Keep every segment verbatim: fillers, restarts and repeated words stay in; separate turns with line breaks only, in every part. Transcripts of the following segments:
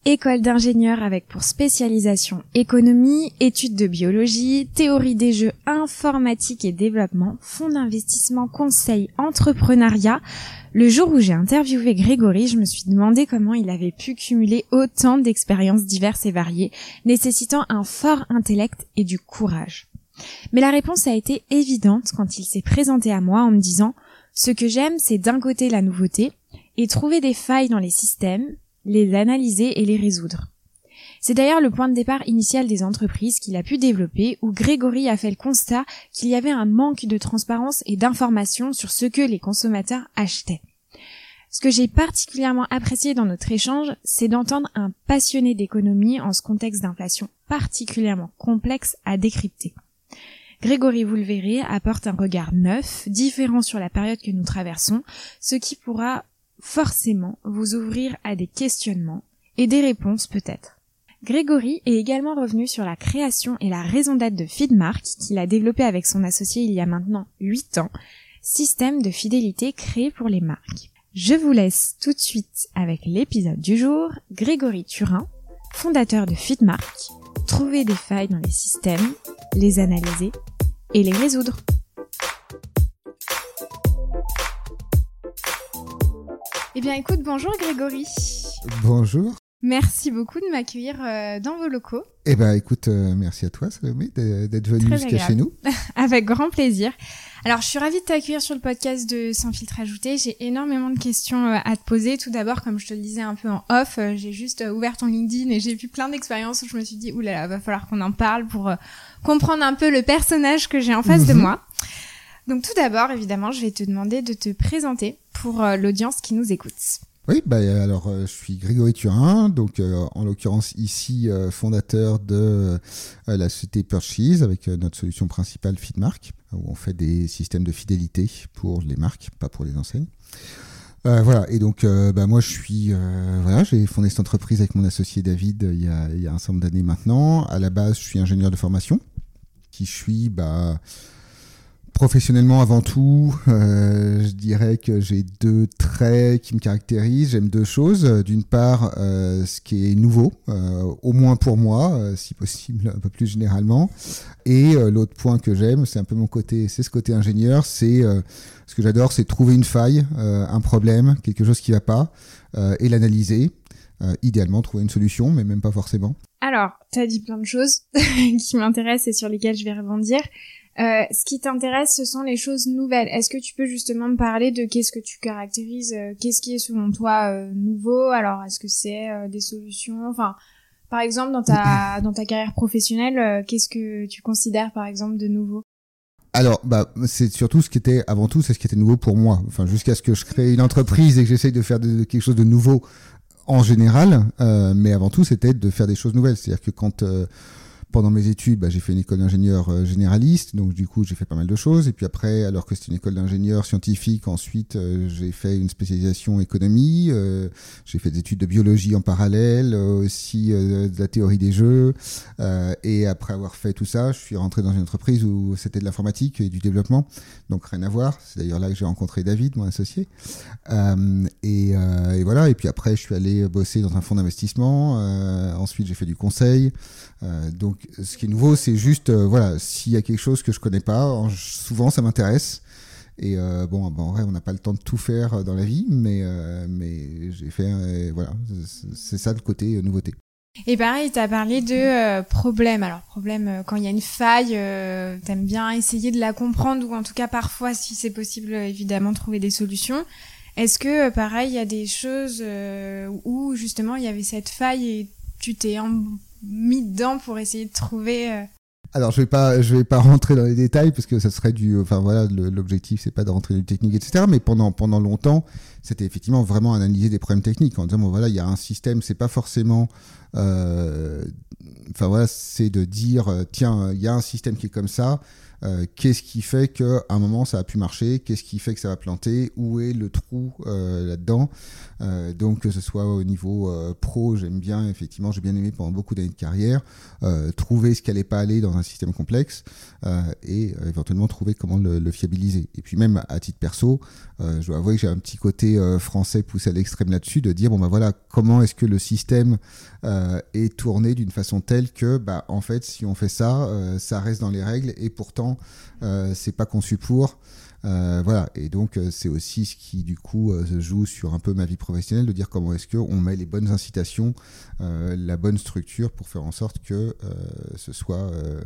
école d'ingénieur avec pour spécialisation économie, études de biologie, théorie des jeux, informatique et développement, fonds d'investissement, conseil, entrepreneuriat. Le jour où j'ai interviewé Grégory, je me suis demandé comment il avait pu cumuler autant d'expériences diverses et variées, nécessitant un fort intellect et du courage. Mais la réponse a été évidente quand il s'est présenté à moi en me disant « Ce que j'aime, c'est d'un côté la nouveauté et trouver des failles dans les systèmes, les analyser et les résoudre. » C'est d'ailleurs le point de départ initial des entreprises qu'il a pu développer, où Grégory a fait le constat qu'il y avait un manque de transparence et d'information sur ce que les consommateurs achetaient. Ce que j'ai particulièrement apprécié dans notre échange, c'est d'entendre un passionné d'économie en ce contexte d'inflation particulièrement complexe à décrypter. Grégory, vous le verrez, apporte un regard neuf, différent sur la période que nous traversons, ce qui pourra forcément vous ouvrir à des questionnements et des réponses peut-être. Grégory est également revenu sur la création et la raison d'être de Feedmark, qu'il a développé avec son associé il y a maintenant huit ans, système de fidélité créé pour les marques. Je vous laisse tout de suite avec l'épisode du jour. Grégory Turin, fondateur de Feedmark, trouver des failles dans les systèmes, les analyser et les résoudre. Eh bien écoute, bonjour Grégory.
Bonjour.
Merci beaucoup de m'accueillir euh, dans vos locaux.
Eh ben écoute, euh, merci à toi Salomé d'être venu jusqu'à chez nous.
Avec grand plaisir. Alors je suis ravie de t'accueillir sur le podcast de Sans filtre ajouté. J'ai énormément de questions euh, à te poser. Tout d'abord, comme je te le disais un peu en off, euh, j'ai juste euh, ouvert ton LinkedIn et j'ai vu plein d'expériences où je me suis dit oulala, va falloir qu'on en parle pour euh, comprendre un peu le personnage que j'ai en face mm-hmm. de moi. Donc tout d'abord, évidemment, je vais te demander de te présenter pour euh, l'audience qui nous écoute.
Oui, bah alors euh, je suis Grégory Turin, donc euh, en l'occurrence ici euh, fondateur de euh, la société Purchase avec euh, notre solution principale Feedmark, où on fait des systèmes de fidélité pour les marques, pas pour les enseignes. Euh, voilà, et donc euh, bah moi je suis euh, voilà, j'ai fondé cette entreprise avec mon associé David euh, il y a il y a un certain nombre d'années maintenant. À la base, je suis ingénieur de formation, qui je suis bah professionnellement, avant tout, euh, je dirais que j'ai deux traits qui me caractérisent. J'aime deux choses. D'une part, euh, ce qui est nouveau, euh, au moins pour moi, euh, si possible un peu plus généralement. Et euh, l'autre point que j'aime, c'est un peu mon côté, c'est ce côté ingénieur. C'est euh, ce que j'adore, c'est trouver une faille, euh, un problème, quelque chose qui va pas, euh, et l'analyser. Euh, idéalement, trouver une solution, mais même pas forcément.
Alors, tu as dit plein de choses qui m'intéressent et sur lesquelles je vais rebondir. Euh, ce qui t'intéresse, ce sont les choses nouvelles. Est-ce que tu peux justement me parler de qu'est-ce que tu caractérises, euh, qu'est-ce qui est selon toi euh, nouveau? Alors, est-ce que c'est euh, des solutions? Enfin, par exemple, dans ta dans ta carrière professionnelle, euh, qu'est-ce que tu considères, par exemple, de nouveau?
Alors, bah, c'est surtout ce qui était, avant tout, c'est ce qui était nouveau pour moi. Enfin, jusqu'à ce que je crée une entreprise et que j'essaye de faire de, de quelque chose de nouveau en général. Euh, mais avant tout, c'était de faire des choses nouvelles. C'est-à-dire que quand euh, pendant mes études, bah, j'ai fait une école d'ingénieur euh, généraliste, donc du coup j'ai fait pas mal de choses. Et puis après, alors que c'était une école d'ingénieur scientifique, ensuite euh, j'ai fait une spécialisation économie, euh, j'ai fait des études de biologie en parallèle, euh, aussi euh, de la théorie des jeux. Euh, et après avoir fait tout ça, je suis rentré dans une entreprise où c'était de l'informatique et du développement, donc rien à voir. C'est d'ailleurs là que j'ai rencontré David, mon associé. Euh, et, euh, et voilà. Et puis après, je suis allé bosser dans un fonds d'investissement. Euh, ensuite, j'ai fait du conseil. Euh, donc ce qui est nouveau, c'est juste, euh, voilà, s'il y a quelque chose que je connais pas, en, souvent ça m'intéresse. Et euh, bon, bon, en vrai, on n'a pas le temps de tout faire dans la vie, mais euh, mais j'ai fait, euh, voilà, c'est, c'est ça le côté euh, nouveauté.
Et pareil, t'as parlé de euh, problème. Alors problème, euh, quand il y a une faille, euh, t'aimes bien essayer de la comprendre, ou en tout cas parfois, si c'est possible, euh, évidemment, trouver des solutions. Est-ce que, euh, pareil, il y a des choses euh, où justement il y avait cette faille et tu t'es en mis dedans pour essayer de trouver euh...
Alors je vais pas je vais pas rentrer dans les détails parce que ça serait du enfin voilà le, l'objectif c'est pas de rentrer dans le technique etc, mais pendant pendant longtemps c'était effectivement vraiment analyser des problèmes techniques en disant bon voilà il y a un système, c'est pas forcément euh, enfin voilà c'est de dire tiens il y a un système qui est comme ça, Euh, qu'est-ce qui fait qu'à un moment ça a pu marcher, qu'est-ce qui fait que ça va planter, où est le trou euh, là-dedans. Euh, donc que ce soit au niveau euh, pro, j'aime bien, effectivement, j'ai bien aimé pendant beaucoup d'années de carrière, euh, trouver ce qui allait pas aller dans un système complexe euh, et euh, éventuellement trouver comment le, le fiabiliser. Et puis même à titre perso, euh, je dois avouer que j'ai un petit côté euh, français poussé à l'extrême là-dessus, de dire bon bah voilà, comment est-ce que le système euh, est tourné d'une façon telle que bah en fait si on fait ça, euh, ça reste dans les règles et pourtant euh, c'est pas conçu pour. Euh, voilà, et donc euh, c'est aussi ce qui du coup euh, se joue sur un peu ma vie professionnelle, de dire comment est-ce qu'on met les bonnes incitations, euh, la bonne structure pour faire en sorte que euh, ce soit, euh,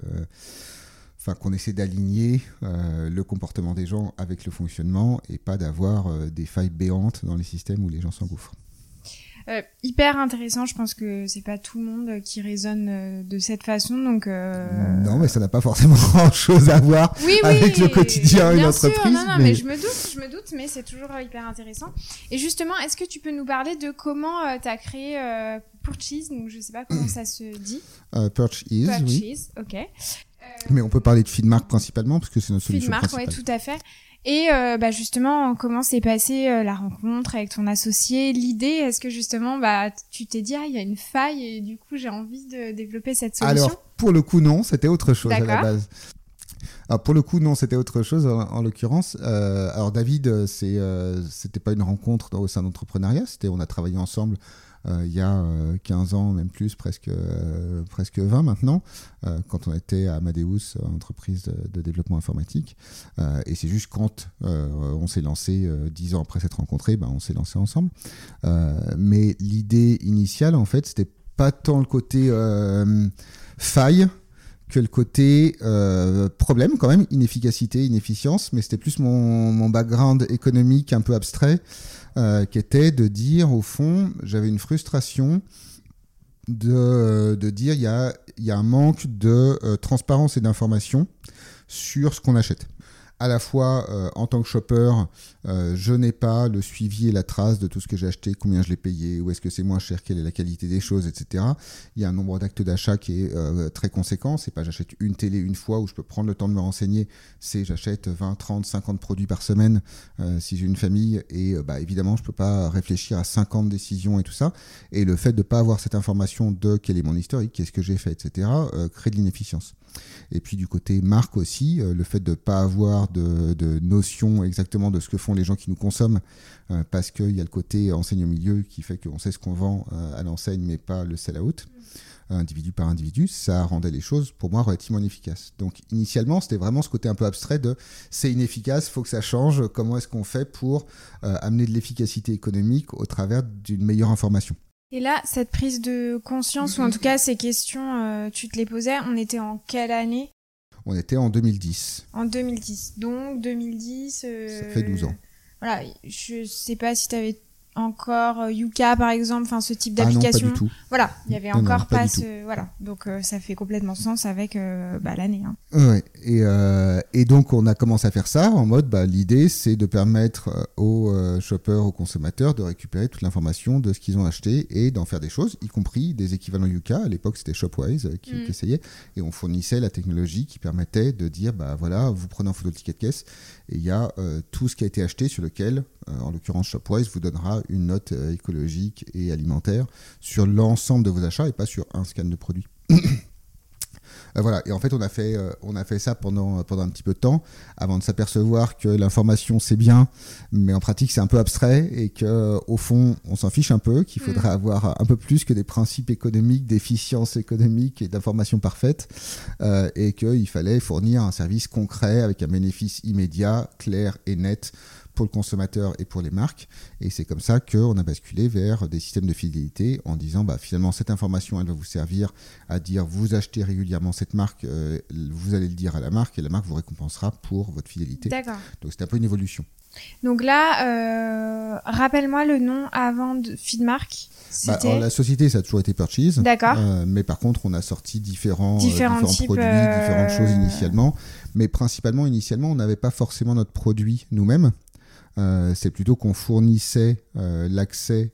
enfin qu'on essaie d'aligner euh, le comportement des gens avec le fonctionnement et pas d'avoir euh, des failles béantes dans les systèmes où les gens s'engouffrent.
Euh, hyper intéressant, je pense que c'est pas tout le monde qui raisonne euh, de cette façon, donc euh...
non, mais ça n'a pas forcément grand chose à voir
oui,
avec
oui,
le quotidien d'une entreprise.
Sûr, non, non,
mais...
mais je me doute, je me doute, mais c'est toujours hyper intéressant. Et justement, est-ce que tu peux nous parler de comment euh, t'as créé euh, Purchase, donc je sais pas comment ça se dit.
Euh, Purchase,
Purchase,
oui.
ok. Euh...
Mais on peut parler de Feedmark principalement parce que c'est notre solution
Feedmark,
principale.
ouais, tout à fait. Et euh, bah justement, comment s'est passée euh, la rencontre avec ton associé, l'idée, est-ce que justement bah tu t'es dit ah il y a une faille et du coup j'ai envie de développer cette solution?
Alors pour le coup non, c'était autre chose.
D'accord.
À la base. Alors pour le coup non, c'était autre chose en, en l'occurrence. Euh, alors David, c'est euh, c'était pas une rencontre au sein d'entrepreneuriat, c'était on a travaillé ensemble. Euh, il y a euh, quinze ans, même plus, presque, euh, presque vingt maintenant, euh, quand on était à Amadeus, entreprise de, de développement informatique. Euh, et c'est juste quand euh, on s'est lancé, euh, dix ans après s'être rencontrés, ben, on s'est lancé ensemble. Euh, mais l'idée initiale, en fait, c'était pas tant le côté euh, faille que le côté euh, problème, quand même, inefficacité, inefficience, mais c'était plus mon, mon background économique un peu abstrait. Euh, qui était de dire, au fond, j'avais une frustration de, de dire il y a, y a un manque de euh, transparence et d'information sur ce qu'on achète. À la fois, euh, en tant que shopper, euh, je n'ai pas le suivi et la trace de tout ce que j'ai acheté, combien je l'ai payé, où est-ce que c'est moins cher, quelle est la qualité des choses, et cetera. Il y a un nombre d'actes d'achat qui est euh, très conséquent. C'est pas j'achète une télé une fois où je peux prendre le temps de me renseigner. C'est j'achète vingt, trente, cinquante produits par semaine euh, si j'ai une famille. Et euh, bah, évidemment, je peux pas réfléchir à cinquante décisions et tout ça. Et le fait de pas avoir cette information de quel est mon historique, qu'est-ce que j'ai fait, et cetera, euh, crée de l'inefficience. Et puis du côté marque aussi, euh, le fait de ne pas avoir de, de notion exactement de ce que font les gens qui nous consomment, euh, parce qu'il y a le côté enseigne au milieu qui fait qu'on sait ce qu'on vend euh, à l'enseigne, mais pas le sell-out, mmh. individu par individu, ça rendait les choses pour moi relativement inefficaces. Donc initialement, c'était vraiment ce côté un peu abstrait de c'est inefficace, il faut que ça change, comment est-ce qu'on fait pour euh, amener de l'efficacité économique au travers d'une meilleure information.
Et là, cette prise de conscience, ou en tout cas ces questions, euh, tu te les posais, on était en quelle année ?
On était en deux mille dix.
En deux mille dix. Donc deux mille dix... Euh...
Ça fait douze ans.
Voilà, je sais pas si tu avais encore Yuka par exemple, enfin ce type d'application.
Ah non, pas du tout.
Voilà, il y avait
non,
encore
non,
pas,
pas
ce... Voilà, donc euh, ça fait complètement sens avec euh, bah, l'année. Hein.
Ouais, et, euh, et donc on a commencé à faire ça en mode, bah, l'idée c'est de permettre euh, aux euh, shoppers, aux consommateurs de récupérer toute l'information de ce qu'ils ont acheté et d'en faire des choses, y compris des équivalents Yuka. À l'époque c'était Shopwise euh, qui, mm. qui essayait, et on fournissait la technologie qui permettait de dire, bah voilà, vous prenez en photo le ticket de caisse et il y a euh, tout ce qui a été acheté sur lequel, euh, en l'occurrence Shopwise, vous donnera une note euh, écologique et alimentaire sur l'ensemble de vos achats et pas sur un scan de produit. Euh, voilà, et en fait on a fait, euh, on a fait ça pendant, pendant un petit peu de temps avant de s'apercevoir que l'information c'est bien, mais en pratique c'est un peu abstrait et qu'au fond on s'en fiche un peu, qu'il faudrait mmh. avoir un peu plus que des principes économiques, d'efficience économique et d'information parfaite, euh, et qu'il fallait fournir un service concret avec un bénéfice immédiat, clair et net pour le consommateur et pour les marques. Et c'est comme ça qu'on a basculé vers des systèmes de fidélité en disant bah, finalement cette information elle va vous servir à dire vous achetez régulièrement cette marque, euh, vous allez le dire à la marque et la marque vous récompensera pour votre fidélité.
D'accord.
Donc c'est un peu une évolution.
Donc là, euh, rappelle-moi le nom avant de Feedmark.
Bah, alors, la société, ça a toujours été Purchase.
D'accord.
Euh, mais par contre, on a sorti différents,
différents,
euh, différents
types,
produits,
euh...
différentes choses initialement. Mais principalement, initialement, on n'avait pas forcément notre produit nous-mêmes. Euh, c'est plutôt qu'on fournissait euh, l'accès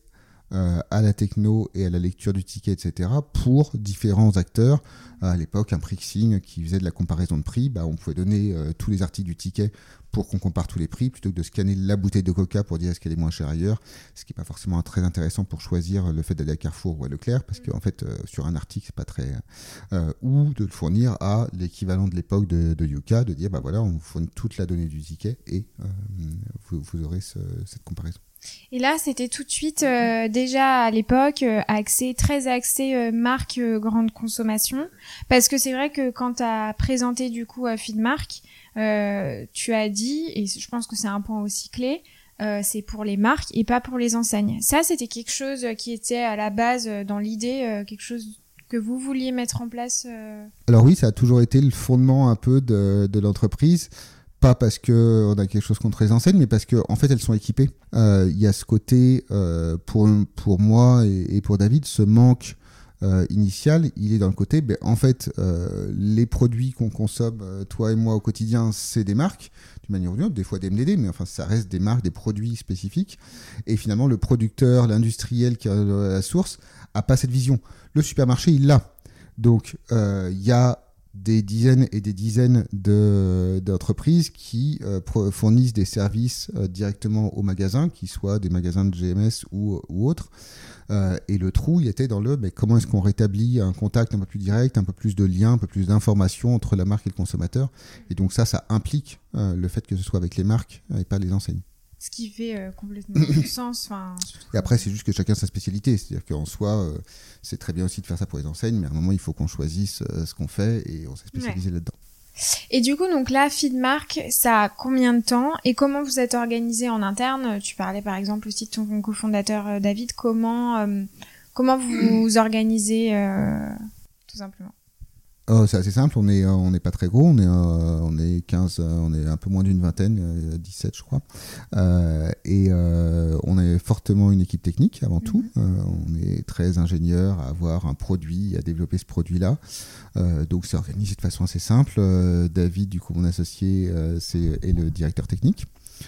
euh, à la techno et à la lecture du ticket, et cetera, pour différents acteurs. À l'époque, un Prixing qui faisait de la comparaison de prix, bah, on pouvait donner euh, tous les articles du ticket pour qu'on compare tous les prix, plutôt que de scanner la bouteille de Coca pour dire est-ce qu'elle est moins chère ailleurs, ce qui n'est pas forcément très intéressant pour choisir le fait d'aller à Carrefour ou à Leclerc, parce qu'en fait, euh, sur un article, c'est pas très... Euh, ou de le fournir à l'équivalent de l'époque de, de Yuka, de dire, bah voilà, on vous fournit toute la donnée du ticket et euh, vous, vous aurez ce, cette comparaison.
Et là, c'était tout de suite, euh, déjà à l'époque, euh, axé, très axé euh, marque euh, grande consommation. Parce que c'est vrai que quand tu as présenté du coup euh, Feedmark, euh, tu as dit, et je pense que c'est un point aussi clé, euh, c'est pour les marques et pas pour les enseignes. Ça, c'était quelque chose qui était à la base, euh, dans l'idée, euh, quelque chose que vous vouliez mettre en place euh...
Alors oui, ça a toujours été le fondement un peu de, de l'entreprise. Pas parce qu'on a quelque chose contre les enseignes, mais parce qu'en en fait, elles sont équipées. Il euh, y a ce côté, euh, pour, pour moi et, et pour David, ce manque euh, initial, il est dans le côté, ben, en fait, euh, les produits qu'on consomme, euh, toi et moi, au quotidien, c'est des marques, d'une manière ou d'une autre, des fois des M D D, mais enfin, ça reste des marques, des produits spécifiques. Et finalement, le producteur, l'industriel qui a la source, a pas cette vision. Le supermarché, il l'a. Donc, il euh, y a des dizaines et des dizaines de, d'entreprises qui euh, pro- fournissent des services euh, directement aux magasins, qu'ils soient des magasins de G M S ou, ou autres. Euh, et le trou, il était dans le mais comment est-ce qu'on rétablit un contact un peu plus direct, un peu plus de lien, un peu plus d'informations entre la marque et le consommateur. Et donc ça, ça implique euh, le fait que ce soit avec les marques et pas les enseignes.
Ce qui fait euh, complètement sens. Enfin,
et après, c'est juste que chacun a sa spécialité. C'est-à-dire qu'en soi, euh, c'est très bien aussi de faire ça pour les enseignes, mais à un moment, il faut qu'on choisisse euh, ce qu'on fait et on s'est spécialisé ouais. là-dedans.
Et du coup, donc là, Feedmark, ça a combien de temps et comment vous êtes organisé en interne? Tu parlais par exemple aussi de ton cofondateur euh, David. Comment, euh, comment vous vous organisez euh, tout simplement?
Oh, c'est assez simple, on est on n'est pas très gros, on est euh, on est quinze, euh, on est un peu moins d'une vingtaine, euh, dix-sept je crois, euh, et euh, on est fortement une équipe technique avant tout. Mm-hmm. Euh, on est très ingénieurs à avoir un produit, à développer ce produit-là. Euh, donc c'est organisé de façon assez simple. Euh, David, du coup mon associé, euh, c'est est le directeur technique.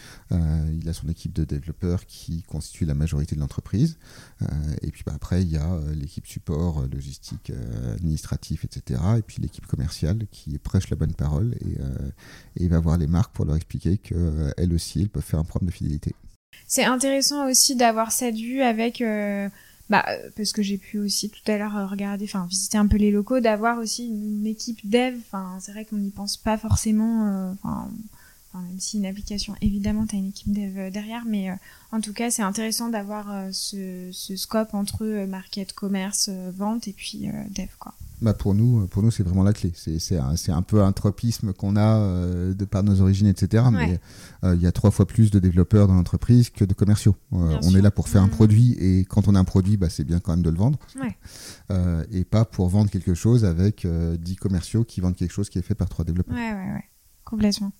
Euh, il a son équipe de développeurs qui constitue la majorité de l'entreprise. Euh, et puis bah, après, il y a euh, l'équipe support, euh, logistique, euh, administratif, et cetera. Et puis l'équipe commerciale qui prêche la bonne parole et, euh, et va voir les marques pour leur expliquer qu'elles euh, aussi, elles peuvent faire un programme de fidélité.
C'est intéressant aussi d'avoir cette vue avec... Euh... Bah, parce que j'ai pu aussi tout à l'heure regarder, enfin visiter un peu les locaux, d'avoir aussi une équipe dev. Enfin, c'est vrai qu'on n'y pense pas forcément... Enfin, euh, Enfin, même si une application, évidemment, tu as une équipe dev derrière, mais euh, en tout cas, c'est intéressant d'avoir euh, ce, ce scope entre euh, market, commerce, euh, vente et puis euh, dev, quoi.
Bah pour nous, pour nous, c'est vraiment la clé. C'est, c'est, un, c'est un peu un tropisme qu'on a euh, de par nos origines, et cetera. Ouais. Mais il euh, y a trois fois plus de développeurs dans l'entreprise que de commerciaux. Euh, on sûr. est là pour faire mmh. un produit et quand on a un produit, bah, c'est bien quand même de le vendre.
Ouais.
Euh, et pas pour vendre quelque chose avec euh, dix commerciaux qui vendent quelque chose qui est fait par trois développeurs.
Ouais, ouais, ouais. Complètement.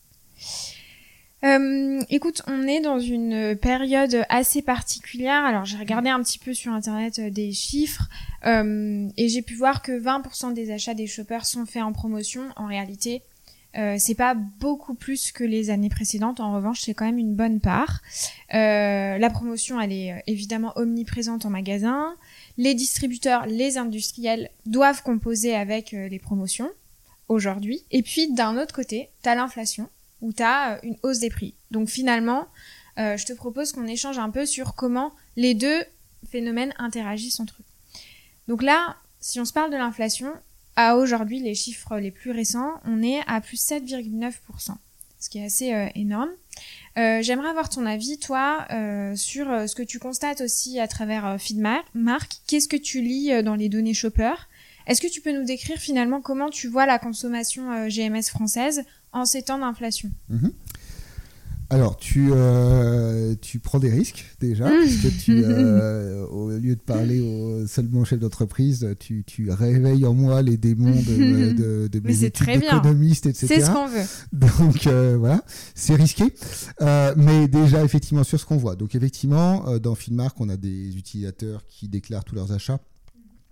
Euh, écoute, on est dans une période assez particulière. Alors, j'ai regardé un petit peu sur Internet euh, des chiffres euh, et j'ai pu voir que vingt pour cent des achats des shoppers sont faits en promotion. En réalité, euh, c'est pas beaucoup plus que les années précédentes. En revanche, c'est quand même une bonne part. Euh, la promotion, elle est évidemment omniprésente en magasin. Les distributeurs, les industriels doivent composer avec euh, les promotions aujourd'hui. Et puis, d'un autre côté, t'as l'inflation, où tu as une hausse des prix. Donc finalement, euh, je te propose qu'on échange un peu sur comment les deux phénomènes interagissent entre eux. Donc là, si on se parle de l'inflation, à aujourd'hui, les chiffres les plus récents, on est à plus sept virgule neuf pour cent, ce qui est assez euh, énorme. Euh, j'aimerais avoir ton avis, toi, euh, sur euh, ce que tu constates aussi à travers euh, Feedmark. Qu'est-ce que tu lis euh, dans les données shopper? Est-ce que tu peux nous décrire finalement comment tu vois la consommation euh, G M S française en ces temps d'inflation?
Mmh. Alors, tu, euh, tu prends des risques déjà, mmh. parce que tu, euh, au lieu de parler au, seulement au chef d'entreprise, tu, tu réveilles en moi les démons de, de, de mes études d'économiste, et cetera.
C'est ce qu'on veut.
Donc euh, voilà, c'est risqué. Euh, mais déjà, effectivement, sur ce qu'on voit. Donc effectivement, euh, dans Feedmark, on a des utilisateurs qui déclarent tous leurs achats.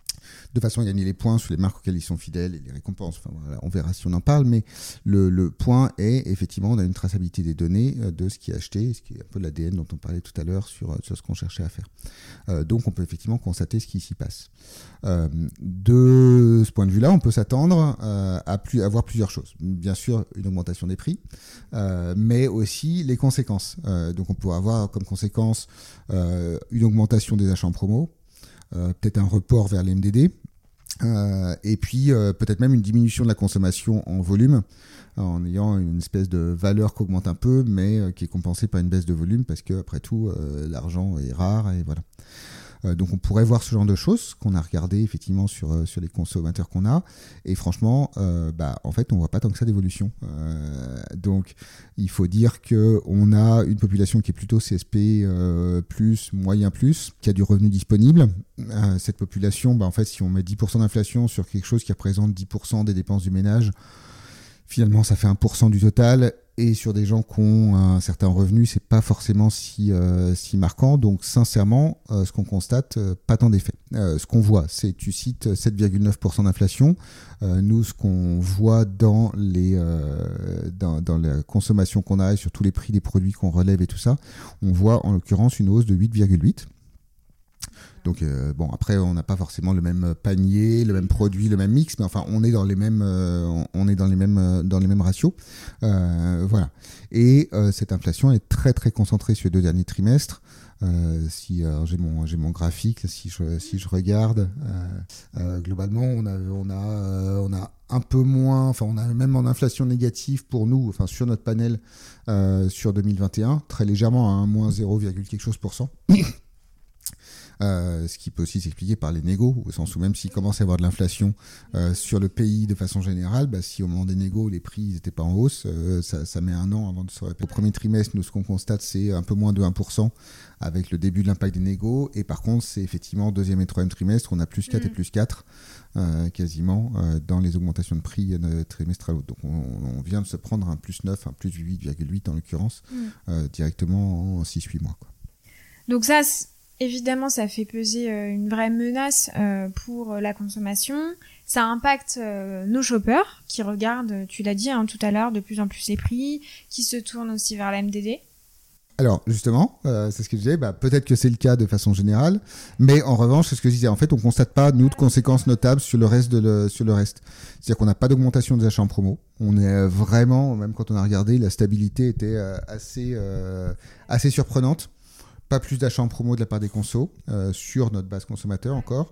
de façon à gagner les points sur les marques auxquelles ils sont fidèles et les récompenses. Enfin, voilà, on verra si on en parle, mais le, le point est, effectivement, on a une traçabilité des données euh, de ce qui est acheté, ce qui est un peu l'A D N dont on parlait tout à l'heure sur, sur ce qu'on cherchait à faire. Euh, donc, on peut effectivement constater ce qui s'y passe. Euh, de ce point de vue-là, on peut s'attendre euh, à, plus, à voir plusieurs choses. Bien sûr, une augmentation des prix, euh, mais aussi les conséquences. Euh, donc, on pourrait avoir comme conséquence euh, une augmentation des achats en promo, euh, peut-être un report vers les M D D, euh, et puis euh, peut-être même une diminution de la consommation en volume, en ayant une espèce de valeur qui augmente un peu, mais euh, qui est compensée par une baisse de volume, parce que après tout, euh, l'argent est rare, et voilà. Euh, donc on pourrait voir ce genre de choses qu'on a regardé effectivement sur, euh, sur les consommateurs qu'on a, et franchement euh, bah, en fait on voit pas tant que ça d'évolution. Euh, donc il faut dire qu'on a une population qui est plutôt C S P euh, plus, moyen plus, qui a du revenu disponible. Euh, cette population, bah, en fait si on met dix pour cent d'inflation sur quelque chose qui représente dix pour cent des dépenses du ménage, finalement ça fait un pour cent du total. Et sur des gens qui ont un certain revenu, c'est pas forcément si, euh, si marquant. Donc sincèrement, euh, ce qu'on constate, euh, pas tant d'effet. Euh, ce qu'on voit, c'est tu cites sept virgule neuf pour cent d'inflation. Euh, nous, ce qu'on voit dans, les, euh, dans, dans la consommation qu'on a et sur tous les prix des produits qu'on relève et tout ça, on voit en l'occurrence une hausse de huit virgule huit. Donc euh, bon, après on n'a pas forcément le même panier, le même produit, le même mix, mais enfin on est dans les mêmes, euh, on est dans les mêmes, euh, dans les mêmes ratios, euh, voilà. Et euh, cette inflation est très très concentrée sur les deux derniers trimestres. Euh, si euh, j'ai mon j'ai mon graphique, si je si je regarde, euh, euh, globalement on a on a euh, on a un peu moins, enfin on a même en inflation négative pour nous, enfin sur notre panel euh, sur deux mille vingt et un, très légèrement à un moins zéro, quelque chose pour cent. Euh, ce qui peut aussi s'expliquer par les négos, au sens où même s'il commence à y avoir de l'inflation euh, sur le pays de façon générale, bah, si au moment des négos les prix n'étaient pas en hausse, euh, ça, ça met un an avant de se répéter. Au premier trimestre, nous ce qu'on constate c'est un peu moins de un pour cent avec le début de l'impact des négos, et par contre c'est effectivement deuxième et troisième trimestre, on a plus quatre mmh. et plus quatre euh, quasiment euh, dans les augmentations de prix euh, trimestrales. Donc on, on vient de se prendre un plus neuf, un plus huit virgule huit en l'occurrence, mmh. euh, directement en six huit mois, quoi.
Donc ça, évidemment, ça fait peser euh, une vraie menace euh, pour euh, la consommation. Ça impacte euh, nos shoppers qui regardent, tu l'as dit hein, tout à l'heure, de plus en plus les prix, qui se tournent aussi vers la M D D.
Alors justement, euh, c'est ce que je disais, bah, peut-être que c'est le cas de façon générale, mais en revanche, c'est ce que je disais, en fait, on constate pas, nous, de conséquences notables sur le reste. De le, sur le reste. C'est-à-dire qu'on n'a pas d'augmentation des achats en promo. On est vraiment, même quand on a regardé, la stabilité était euh, assez, euh, assez surprenante. Pas plus d'achats en promo de la part des consos euh, sur notre base consommateur encore.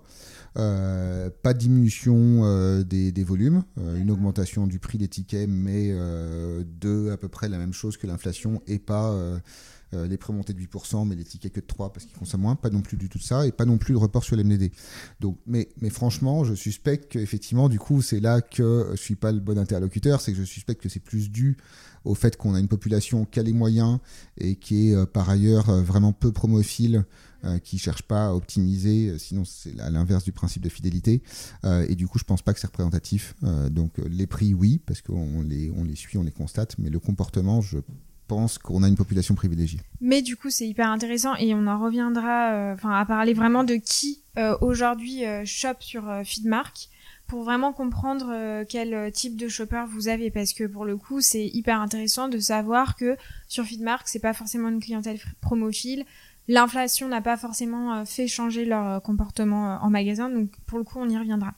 Euh, pas de diminution euh, des, des volumes, euh, une augmentation du prix des tickets, mais euh, de à peu près la même chose que l'inflation, et pas euh, euh, les prix montés de huit pour cent, mais les tickets que de trois parce qu'ils consomment moins, pas non plus du tout ça, et pas non plus le report sur l'M D D. Donc, mais, mais franchement, je suspecte qu'effectivement, du coup, c'est là que je suis pas le bon interlocuteur, c'est que je suspecte que c'est plus dû au fait qu'on a une population qui a les moyens et qui est euh, par ailleurs euh, vraiment peu promophile, euh, qui ne cherche pas à optimiser, euh, sinon c'est à l'inverse du principe de fidélité. Euh, et du coup, je ne pense pas que c'est représentatif. Euh, donc euh, les prix, oui, parce qu'on les, on les suit, on les constate, mais le comportement, je pense qu'on a une population privilégiée.
Mais du coup, c'est hyper intéressant et on en reviendra euh, à parler vraiment de qui euh, aujourd'hui euh, shop sur euh, Feedmark, pour vraiment comprendre euh, quel type de shopper vous avez, parce que pour le coup c'est hyper intéressant de savoir que sur Feedmark c'est pas forcément une clientèle promophile, l'inflation n'a pas forcément euh, fait changer leur euh, comportement euh, en magasin, donc pour le coup on y reviendra.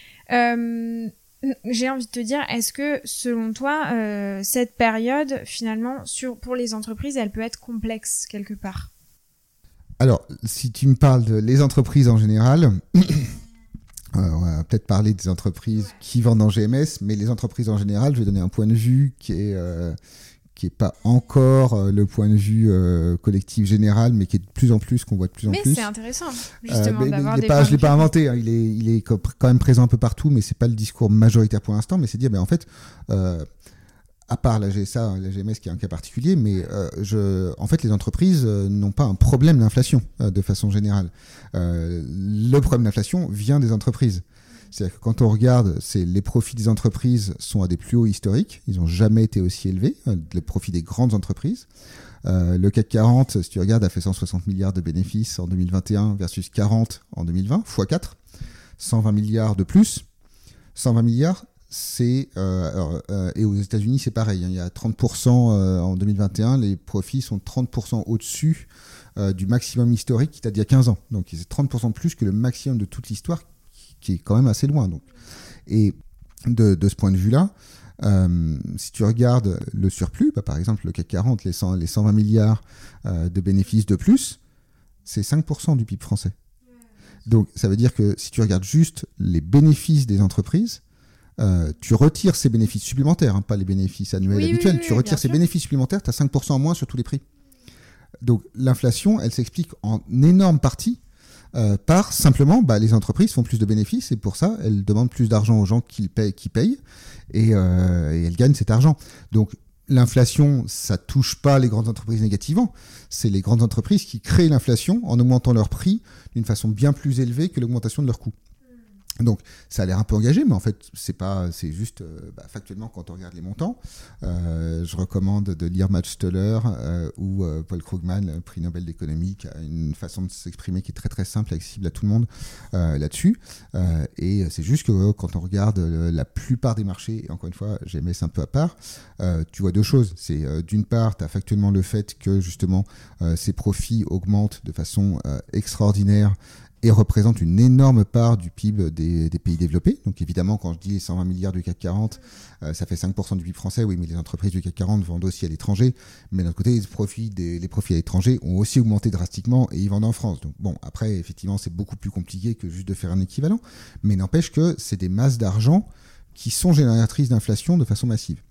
Euh, j'ai envie de te dire, est-ce que selon toi euh, cette période finalement sur pour les entreprises elle peut être complexe quelque part?
Alors si tu me parles de les entreprises en général, Euh, on va peut-être parler des entreprises ouais. qui vendent en G M S, mais les entreprises en général, je vais donner un point de vue qui est euh, qui est pas encore euh, le point de vue euh, collectif général, mais qui est de plus en plus, qu'on voit de plus en
mais
plus.
Mais c'est intéressant, justement, euh, mais, d'avoir
mais
des
pas, je l'ai pas
vue.
inventé, hein, il est il est quand même présent un peu partout, mais c'est pas le discours majoritaire pour l'instant, mais c'est dire, ben en fait. Euh, à part la G S A, la G M S qui est un cas particulier, mais euh, je, en fait, les entreprises euh, n'ont pas un problème d'inflation euh, de façon générale. Euh, le problème d'inflation vient des entreprises. C'est-à-dire que quand on regarde, c'est, les profits des entreprises sont à des plus hauts historiques. Ils n'ont jamais été aussi élevés, euh, les profits des grandes entreprises. Euh, le C A C quarante, si tu regardes, a fait cent soixante milliards de bénéfices en deux mille vingt et un versus quarante en deux mille vingt, fois quatre. cent vingt milliards de plus. cent vingt milliards, c'est euh, alors, euh, et aux États-Unis c'est pareil, hein, il y a trente pour cent euh, en deux mille vingt et un, les profits sont trente pour cent au-dessus euh, du maximum historique qui date d'il y a quinze ans. Donc c'est trente pour cent de plus que le maximum de toute l'histoire, qui est quand même assez loin. Donc. Et de, de ce point de vue-là, euh, si tu regardes le surplus, bah, par exemple le C A C quarante, les, cent, les cent vingt milliards euh, de bénéfices de plus, c'est cinq pour cent du P I B français. Donc ça veut dire que si tu regardes juste les bénéfices des entreprises, Euh, tu retires ces bénéfices supplémentaires, hein, pas les bénéfices annuels
oui,
habituels,
oui, oui,
tu retires ces
sûr.
bénéfices supplémentaires, tu as cinq pour cent en moins sur tous les prix. Donc l'inflation, elle s'explique en énorme partie euh, par simplement bah, les entreprises font plus de bénéfices et pour ça, elles demandent plus d'argent aux gens qui payent, qui payent et, euh, et elles gagnent cet argent. Donc l'inflation, ça touche pas les grandes entreprises négativement, c'est les grandes entreprises qui créent l'inflation en augmentant leurs prix d'une façon bien plus élevée que l'augmentation de leurs coûts. Donc, ça a l'air un peu engagé, mais en fait, c'est pas, c'est juste, euh, bah, factuellement, quand on regarde les montants, euh, je recommande de lire Max Stoller euh, ou euh, Paul Krugman, prix Nobel d'économie, qui a une façon de s'exprimer qui est très très simple, accessible à tout le monde euh, là-dessus. Euh, et c'est juste que euh, quand on regarde euh, la plupart des marchés, et encore une fois, G M S un peu à part, euh, tu vois deux choses. C'est euh, d'une part, tu as factuellement le fait que justement, euh, ces profits augmentent de façon euh, extraordinaire et représente une énorme part du P I B des, des pays développés. Donc évidemment, quand je dis cent vingt milliards du C A C quarante, euh, ça fait cinq pour cent du P I B français. Oui, mais les entreprises du C A C quarante vendent aussi à l'étranger. Mais d'un autre côté, les profits, des, les profits à l'étranger ont aussi augmenté drastiquement et ils vendent en France. Donc bon, après, effectivement, c'est beaucoup plus compliqué que juste de faire un équivalent. Mais n'empêche que c'est des masses d'argent qui sont génératrices d'inflation de façon massive.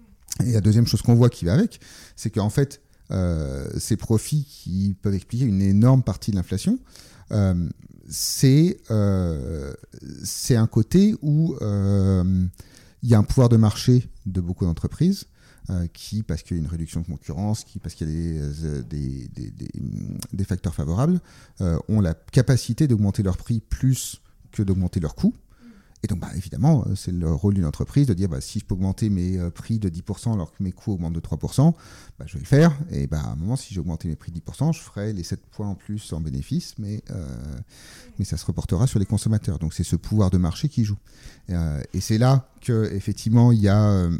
Et la deuxième chose qu'on voit qui va avec, c'est qu'en fait, euh, ces profits qui peuvent expliquer une énorme partie de l'inflation, Euh, c'est, euh, c'est un côté où euh, il y a un pouvoir de marché de beaucoup d'entreprises euh, qui, parce qu'il y a une réduction de concurrence, qui, parce qu'il y a des, euh, des, des, des, des facteurs favorables, euh, ont la capacité d'augmenter leurs prix plus que d'augmenter leurs coûts. Et donc, bah, évidemment, c'est le rôle d'une entreprise de dire bah, si je peux augmenter mes euh, prix de dix pour cent alors que mes coûts augmentent de trois pour cent, bah, je vais le faire. Et bah, à un moment, si j'ai augmenté mes prix de dix pour cent, je ferai les sept points en plus en bénéfice, mais, euh, mais ça se reportera sur les consommateurs. Donc, c'est ce pouvoir de marché qui joue. Et, euh, et c'est là qu'effectivement, il y a... Euh,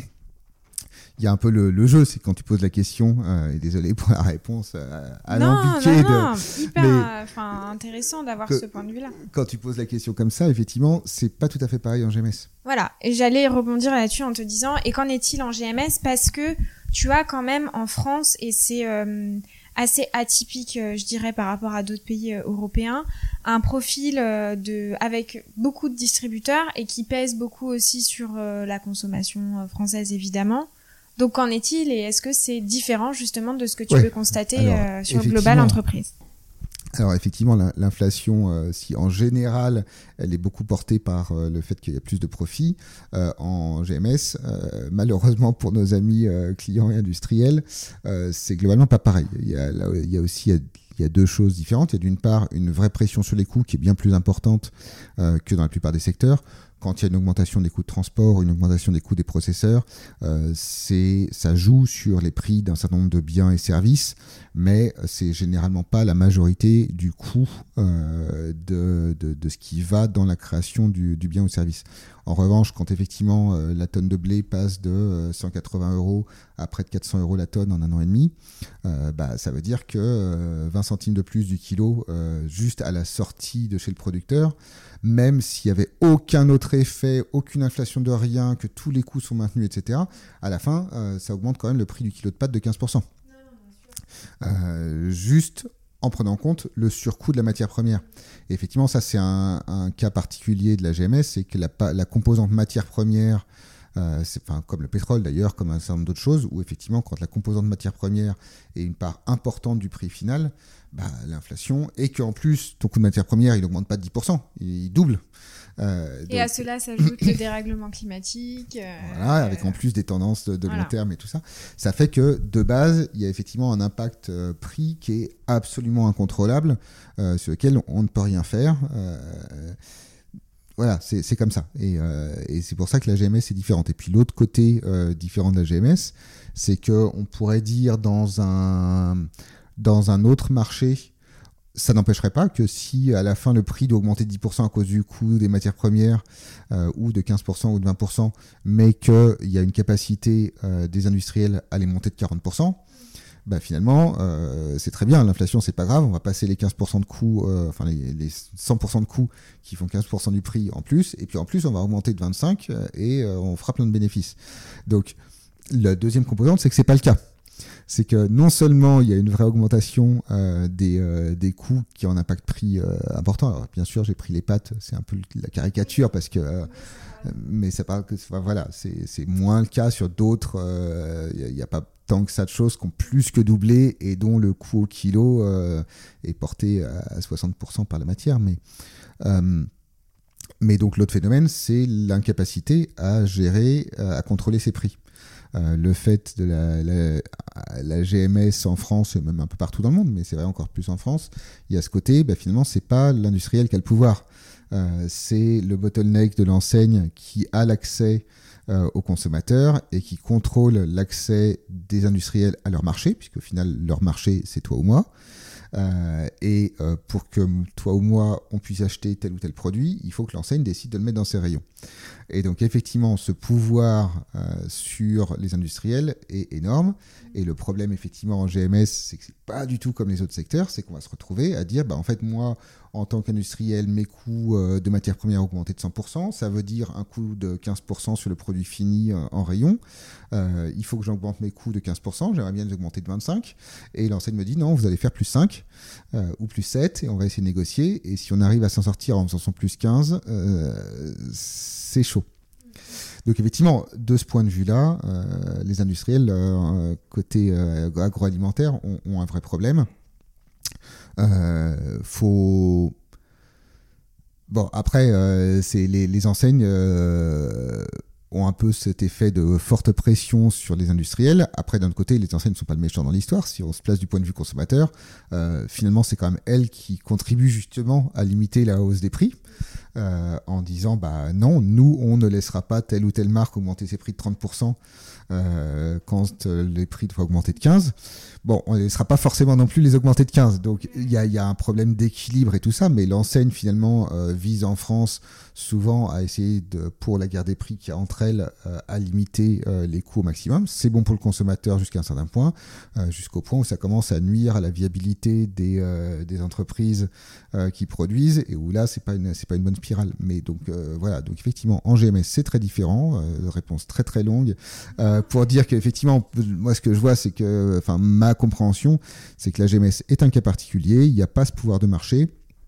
il y a un peu le, le jeu, c'est quand tu poses la question, euh, et désolé pour la réponse euh, alambiquée.
Non, non, non,
de,
hyper
mais,
enfin, intéressant d'avoir
que,
ce point de vue-là.
Quand tu poses la question comme ça, effectivement, c'est pas tout à fait pareil en G M S.
Voilà, et j'allais rebondir là-dessus en te disant, et qu'en est-il en G M S? Parce que tu as quand même en France, et c'est euh, assez atypique, euh, je dirais, par rapport à d'autres pays euh, européens, un profil euh, de avec beaucoup de distributeurs et qui pèse beaucoup aussi sur euh, la consommation euh, française, évidemment. Donc, qu'en est-il et est-ce que c'est différent justement de ce que tu
ouais.
peux constater
Alors,
euh, sur le global entreprise?
Alors effectivement, la, l'inflation, euh, si en général, elle est beaucoup portée par euh, le fait qu'il y a plus de profits, euh, en G M S, euh, malheureusement pour nos amis euh, clients et industriels, euh, c'est globalement pas pareil. Il y a, là, il y a aussi... Il y a, Il y a deux choses différentes. Il y a d'une part une vraie pression sur les coûts qui est bien plus importante euh, que dans la plupart des secteurs. Quand il y a une augmentation des coûts de transport, une augmentation des coûts des processeurs, euh, c'est, ça joue sur les prix d'un certain nombre de biens et services, mais c'est généralement pas la majorité du coût euh, de, de, de ce qui va dans la création du, du bien ou service. En revanche, quand effectivement euh, la tonne de blé passe de euh, cent quatre-vingts euros à près de quatre cents euros la tonne en un an et demi, euh, bah, ça veut dire que euh, vingt centimes de plus du kilo euh, juste à la sortie de chez le producteur, même s'il n'y avait aucun autre effet, aucune inflation de rien, que tous les coûts sont maintenus, et cetera, à la fin, euh, ça augmente quand même le prix du kilo de pâtes de quinze pour cent. Euh, juste en prenant en compte le surcoût de la matière première. Et effectivement, ça, c'est un, un cas particulier de la G M S, c'est que la, la composante matière première, euh, c'est, enfin, comme le pétrole d'ailleurs, comme un certain nombre d'autres choses, où effectivement, quand la composante matière première est une part importante du prix final, bah, l'inflation, et qu'en plus, ton coût de matière première, il n'augmente pas de dix pour cent, il, il double.
Euh, et donc, à cela s'ajoute le dérèglement climatique. Euh,
voilà, avec en plus des tendances de, de
voilà.
long terme et tout ça. Ça fait que, de base, il y a effectivement un impact euh, prix qui est absolument incontrôlable, euh, sur lequel on ne peut rien faire. Euh, voilà, c'est, c'est comme ça. Et, euh, et c'est pour ça que la G M S est différente. Et puis l'autre côté euh, différent de la G M S, c'est qu'on pourrait dire dans un, dans un autre marché, ça n'empêcherait pas que si à la fin le prix doit augmenter de dix pour cent à cause du coût des matières premières euh, ou de quinze pour cent ou de vingt pour cent, mais qu'il y a une capacité euh, des industriels à les monter de quarante pour cent, bah finalement euh, c'est très bien, l'inflation c'est pas grave, on va passer les quinze pour cent de coûts, euh, enfin les, les cent pour cent de coûts qui font quinze pour cent du prix en plus, et puis en plus on va augmenter de vingt-cinq euh, et euh, on fera plein de bénéfices. Donc la deuxième composante, c'est que c'est pas le cas. C'est que non seulement il y a une vraie augmentation euh, des, euh, des coûts qui ont un impact prix euh, important. Alors, bien sûr, j'ai pris les pattes, c'est un peu la caricature parce que, euh, mais ça parle que, enfin, voilà, c'est, c'est moins le cas sur d'autres. Il euh, n'y a, a pas tant que ça de choses qui ont plus que doublé et dont le coût au kilo euh, est porté à soixante pour cent par la matière. Mais euh, mais donc l'autre phénomène, c'est l'incapacité à gérer, à contrôler ses prix. Euh, le fait de la, la, la G M S en France et même un peu partout dans le monde, mais c'est vrai encore plus en France, il y a ce côté, bah, finalement c'est pas l'industriel qui a le pouvoir, euh, c'est le bottleneck de l'enseigne qui a l'accès euh, aux consommateurs et qui contrôle l'accès des industriels à leur marché, puisque au final leur marché c'est toi ou moi. Euh, et euh, pour que toi ou moi on puisse acheter tel ou tel produit, il faut que l'enseigne décide de le mettre dans ses rayons. Et donc effectivement ce pouvoir euh, sur les industriels est énorme, et le problème effectivement en G M S, c'est que c'est pas du tout comme les autres secteurs, c'est qu'on va se retrouver à dire bah en fait moi en tant qu'industriel mes coûts euh, de matières premières ont augmenté de cent pour cent, ça veut dire un coût de quinze pour cent sur le produit fini euh, en rayon, euh, il faut que j'augmente mes coûts de quinze pour cent, j'aimerais bien les augmenter de vingt-cinq, et l'enseigne me dit non, vous allez faire plus cinq euh, ou plus sept, et on va essayer de négocier, et si on arrive à s'en sortir en faisant son plus quinze, euh, c'est chaud. Donc effectivement, de ce point de vue-là, euh, les industriels euh, côté euh, agroalimentaire ont, ont un vrai problème. Euh, faut... Bon, après, euh, c'est les, les enseignes euh, ont un peu cet effet de forte pression sur les industriels. Après, d'un autre côté, les enseignes ne sont pas le méchant dans l'histoire. Si on se place du point de vue consommateur, euh, finalement, c'est quand même elles qui contribuent justement à limiter la hausse des prix. Euh, en disant bah non, nous on ne laissera pas telle ou telle marque augmenter ses prix de trente pour cent euh, quand euh, les prix doivent augmenter de quinze. Bon, on ne laissera pas forcément non plus les augmenter de quinze. Donc il y a, y a un problème d'équilibre et tout ça, mais l'enseigne finalement euh, vise en France souvent à essayer de, pour la guerre des prix qu'il y a entre elles, euh, à limiter euh, les coûts au maximum. C'est bon pour le consommateur jusqu'à un certain point, euh, jusqu'au point où ça commence à nuire à la viabilité des, euh, des entreprises euh, qui produisent, et où là c'est pas une c'est pas une bonne spirale. Mais donc euh, voilà, donc effectivement en G M S c'est très différent, euh, réponse très très longue euh, pour dire qu'effectivement moi ce que je vois c'est que, enfin ma compréhension c'est que la G M S est un cas particulier, il n'y a pas ce pouvoir de marché,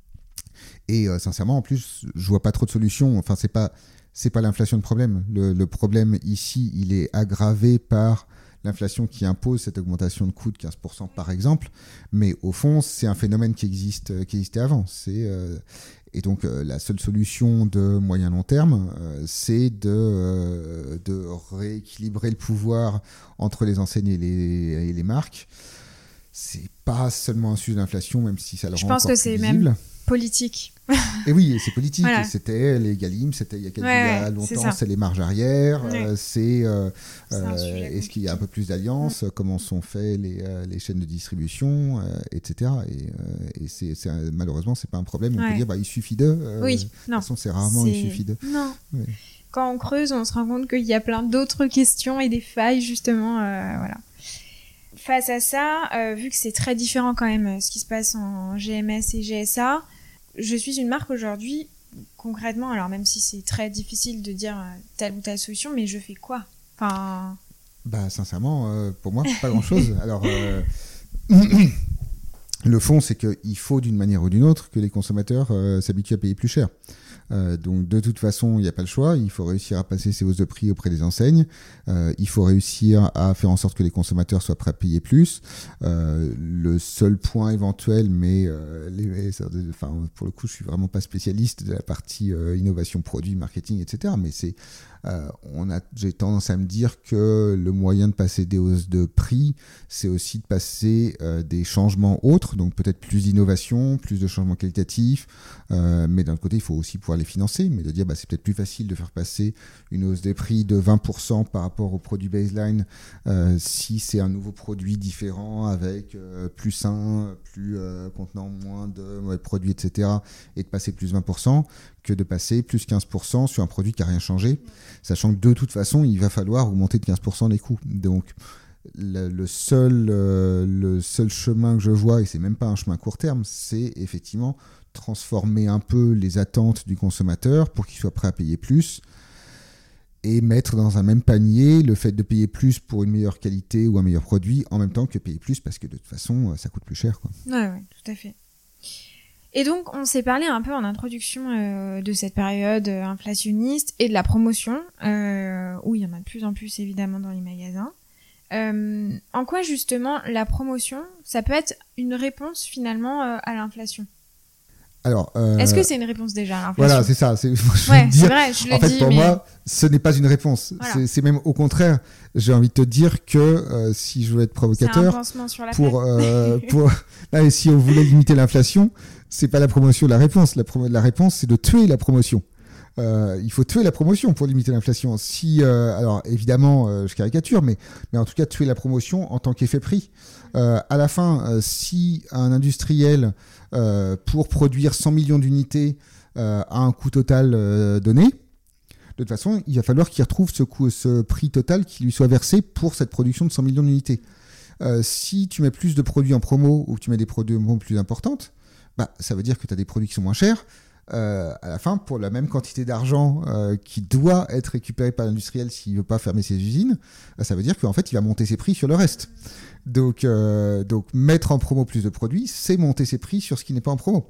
et euh, sincèrement en plus je vois pas trop de solutions. Enfin c'est pas c'est pas l'inflation le problème, le, le problème ici il est aggravé par l'inflation qui impose cette augmentation de coûts de quinze pour cent par exemple, mais au fond c'est un phénomène qui existe qui existait avant. C'est euh, et donc euh, la seule solution de moyen long terme, euh, c'est de, euh, de rééquilibrer le pouvoir entre les enseignes et les, et les marques. C'est pas seulement un sujet d'inflation, même si ça le rend encore plus visible. Je pense que c'est même
politique.
Et oui, et c'est politique.
Voilà.
Et c'était les Galim, c'était il y a, quelques,
ouais,
il y a
ouais,
longtemps,
c'est,
c'est les marges arrière,
ouais.
euh, c'est, euh,
c'est
euh, est-ce qu'il y a un peu plus d'alliances, ouais. Comment sont faits les, euh, les chaînes de distribution, euh, et cetera. Et, euh, et c'est, c'est, malheureusement, c'est pas un problème. On ouais. peut dire, bah, il suffit de. Euh,
oui,
de
non.
toute façon, c'est rarement
c'est...
il suffit de.
Non.
Ouais.
Quand on creuse, on se rend compte qu'il y a plein d'autres questions et des failles, justement. Euh, voilà. Face à ça, euh, vu que c'est très différent quand même ce qui se passe en G M S et G S A, je suis une marque aujourd'hui, concrètement, alors même si c'est très difficile de dire telle ou telle solution, mais je fais quoi? Enfin...
Bah, sincèrement, euh, pour moi, pas grand-chose. Alors, euh... le fond, c'est qu'il faut, d'une manière ou d'une autre, que les consommateurs euh, s'habituent à payer plus cher. Euh, donc de toute façon, il n'y a pas le choix. Il faut réussir à passer ces hausses de prix auprès des enseignes. Euh, il faut réussir à faire en sorte que les consommateurs soient prêts à payer plus. Euh, le seul point éventuel, mais euh, les, enfin, pour le coup, je suis vraiment pas spécialiste de la partie euh, innovation, produit, marketing, et cetera. Mais c'est Euh, on a, j'ai tendance à me dire que le moyen de passer des hausses de prix, c'est aussi de passer euh, des changements autres, donc peut-être plus d'innovation, plus de changements qualitatifs, euh, mais d'un côté, il faut aussi pouvoir les les financer, mais de dire bah, c'est peut-être plus facile de faire passer une hausse des prix de vingt pour cent par rapport au produit baseline euh, si c'est un nouveau produit différent avec euh, plus sain, plus euh, contenant moins de ouais, produits, et cetera, et de passer plus vingt pour cent que de passer plus quinze pour cent sur un produit qui n'a rien changé, sachant que de toute façon, il va falloir augmenter de quinze pour cent les coûts. Donc, le, le, seul, euh, le seul chemin que je vois, et c'est même pas un chemin court terme, c'est effectivement transformer un peu les attentes du consommateur pour qu'il soit prêt à payer plus et mettre dans un même panier le fait de payer plus pour une meilleure qualité ou un meilleur produit en même temps que payer plus parce que de toute façon, ça coûte plus cher, quoi.
Ouais, ouais, tout à fait. Et donc, on s'est parlé un peu en introduction euh, de cette période euh, inflationniste et de la promotion, euh, où il y en a de plus en plus évidemment dans les magasins. Euh, en quoi justement la promotion, ça peut être une réponse finalement euh, à l'inflation ?
Alors, euh,
est-ce que c'est une réponse déjà à l'inflation ?
Voilà, c'est ça. C'est, je
ouais,
dire,
c'est vrai, je le
en fait,
dis,
pour
mais...
moi, ce n'est pas une réponse. Voilà. C'est, c'est même au contraire. J'ai envie de te dire que euh, si je veux être provocateur,
c'est un pansement sur la
pour, euh, pour, là, si on voulait limiter l'inflation, c'est pas la promotion la réponse. La, pro- la réponse, c'est de tuer la promotion. Euh, il faut tuer la promotion pour limiter l'inflation. Si, euh, alors évidemment, euh, je caricature, mais, mais en tout cas, tuer la promotion en tant qu'effet prix. Euh, à la fin, euh, si un industriel, euh, pour produire cent millions d'unités, euh, a un coût total euh, donné, de toute façon, il va falloir qu'il retrouve ce, coût, ce prix total qui lui soit versé pour cette production de cent millions d'unités. Euh, si tu mets plus de produits en promo ou que tu mets des produits en promo plus importantes, bah, ça veut dire que tu as des produits qui sont moins chers. Euh, à la fin, pour la même quantité d'argent euh, qui doit être récupéré par l'industriel s'il ne veut pas fermer ses usines, euh, ça veut dire qu'en fait, il va monter ses prix sur le reste. Donc, euh, donc mettre en promo plus de produits, c'est monter ses prix sur ce qui n'est pas en promo.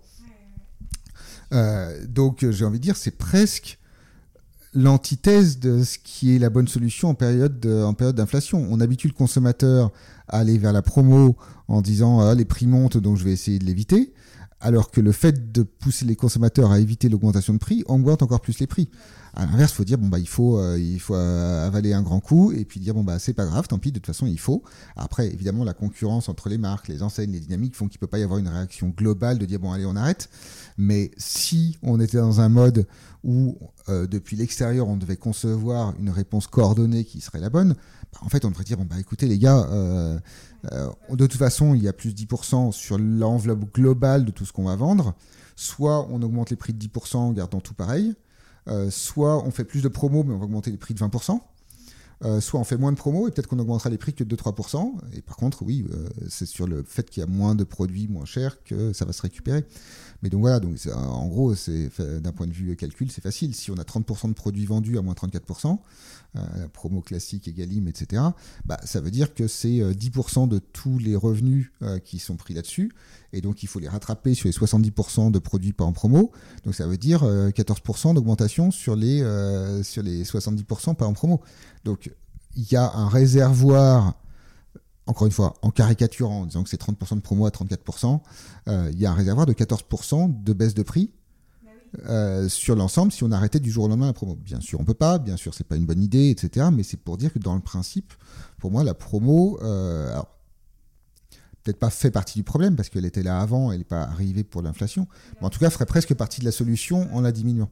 Euh, donc, j'ai envie de dire, c'est presque l'antithèse de ce qui est la bonne solution en période, de, en période d'inflation. On habitue le consommateur à aller vers la promo en disant ah, les prix montent, donc je vais essayer de l'éviter. Alors que le fait de pousser les consommateurs à éviter l'augmentation de prix augmente encore plus les prix. À l'inverse, il faut dire bon bah il faut euh, il faut euh, avaler un grand coup et puis dire bon bah c'est pas grave, tant pis, de toute façon il faut. Après évidemment la concurrence entre les marques, les enseignes, les dynamiques font qu'il peut pas y avoir une réaction globale de dire bon allez on arrête. Mais si on était dans un mode où euh, depuis l'extérieur on devait concevoir une réponse coordonnée qui serait la bonne, bah, en fait on devrait dire bon bah écoutez les gars. Euh, Euh, de toute façon, il y a plus de dix pour cent sur l'enveloppe globale de tout ce qu'on va vendre. Soit on augmente les prix de dix pour cent en gardant tout pareil, euh, soit on fait plus de promos mais on va augmenter les prix de vingt pour cent, euh, soit on fait moins de promos et peut-être qu'on augmentera les prix que de deux à trois pour cent. Et par contre, oui, euh, c'est sur le fait qu'il y a moins de produits moins chers que ça va se récupérer. Mais donc voilà, donc c'est, en gros, c'est, d'un point de vue calcul, c'est facile. Si on a trente pour cent de produits vendus à moins trente-quatre pour cent, euh, promo classique, Egalim, et cetera, bah, ça veut dire que c'est dix pour cent de tous les revenus euh, qui sont pris là-dessus. Et donc, il faut les rattraper sur les soixante-dix pour cent de produits pas en promo. Donc, ça veut dire euh, quatorze pour cent d'augmentation sur les, euh, sur les soixante-dix pour cent pas en promo. Donc, il y a un réservoir... Encore une fois, en caricaturant, en disant que c'est trente pour cent de promo à trente-quatre pour cent, euh, il y a un réservoir de quatorze pour cent de baisse de prix euh, sur l'ensemble si on arrêtait du jour au lendemain la promo. Bien sûr, on ne peut pas, bien sûr, c'est pas une bonne idée, et cetera. Mais c'est pour dire que dans le principe, pour moi, la promo, euh, alors, peut-être pas fait partie du problème parce qu'elle était là avant, elle n'est pas arrivée pour l'inflation, mais en tout cas, ferait presque partie de la solution en la diminuant.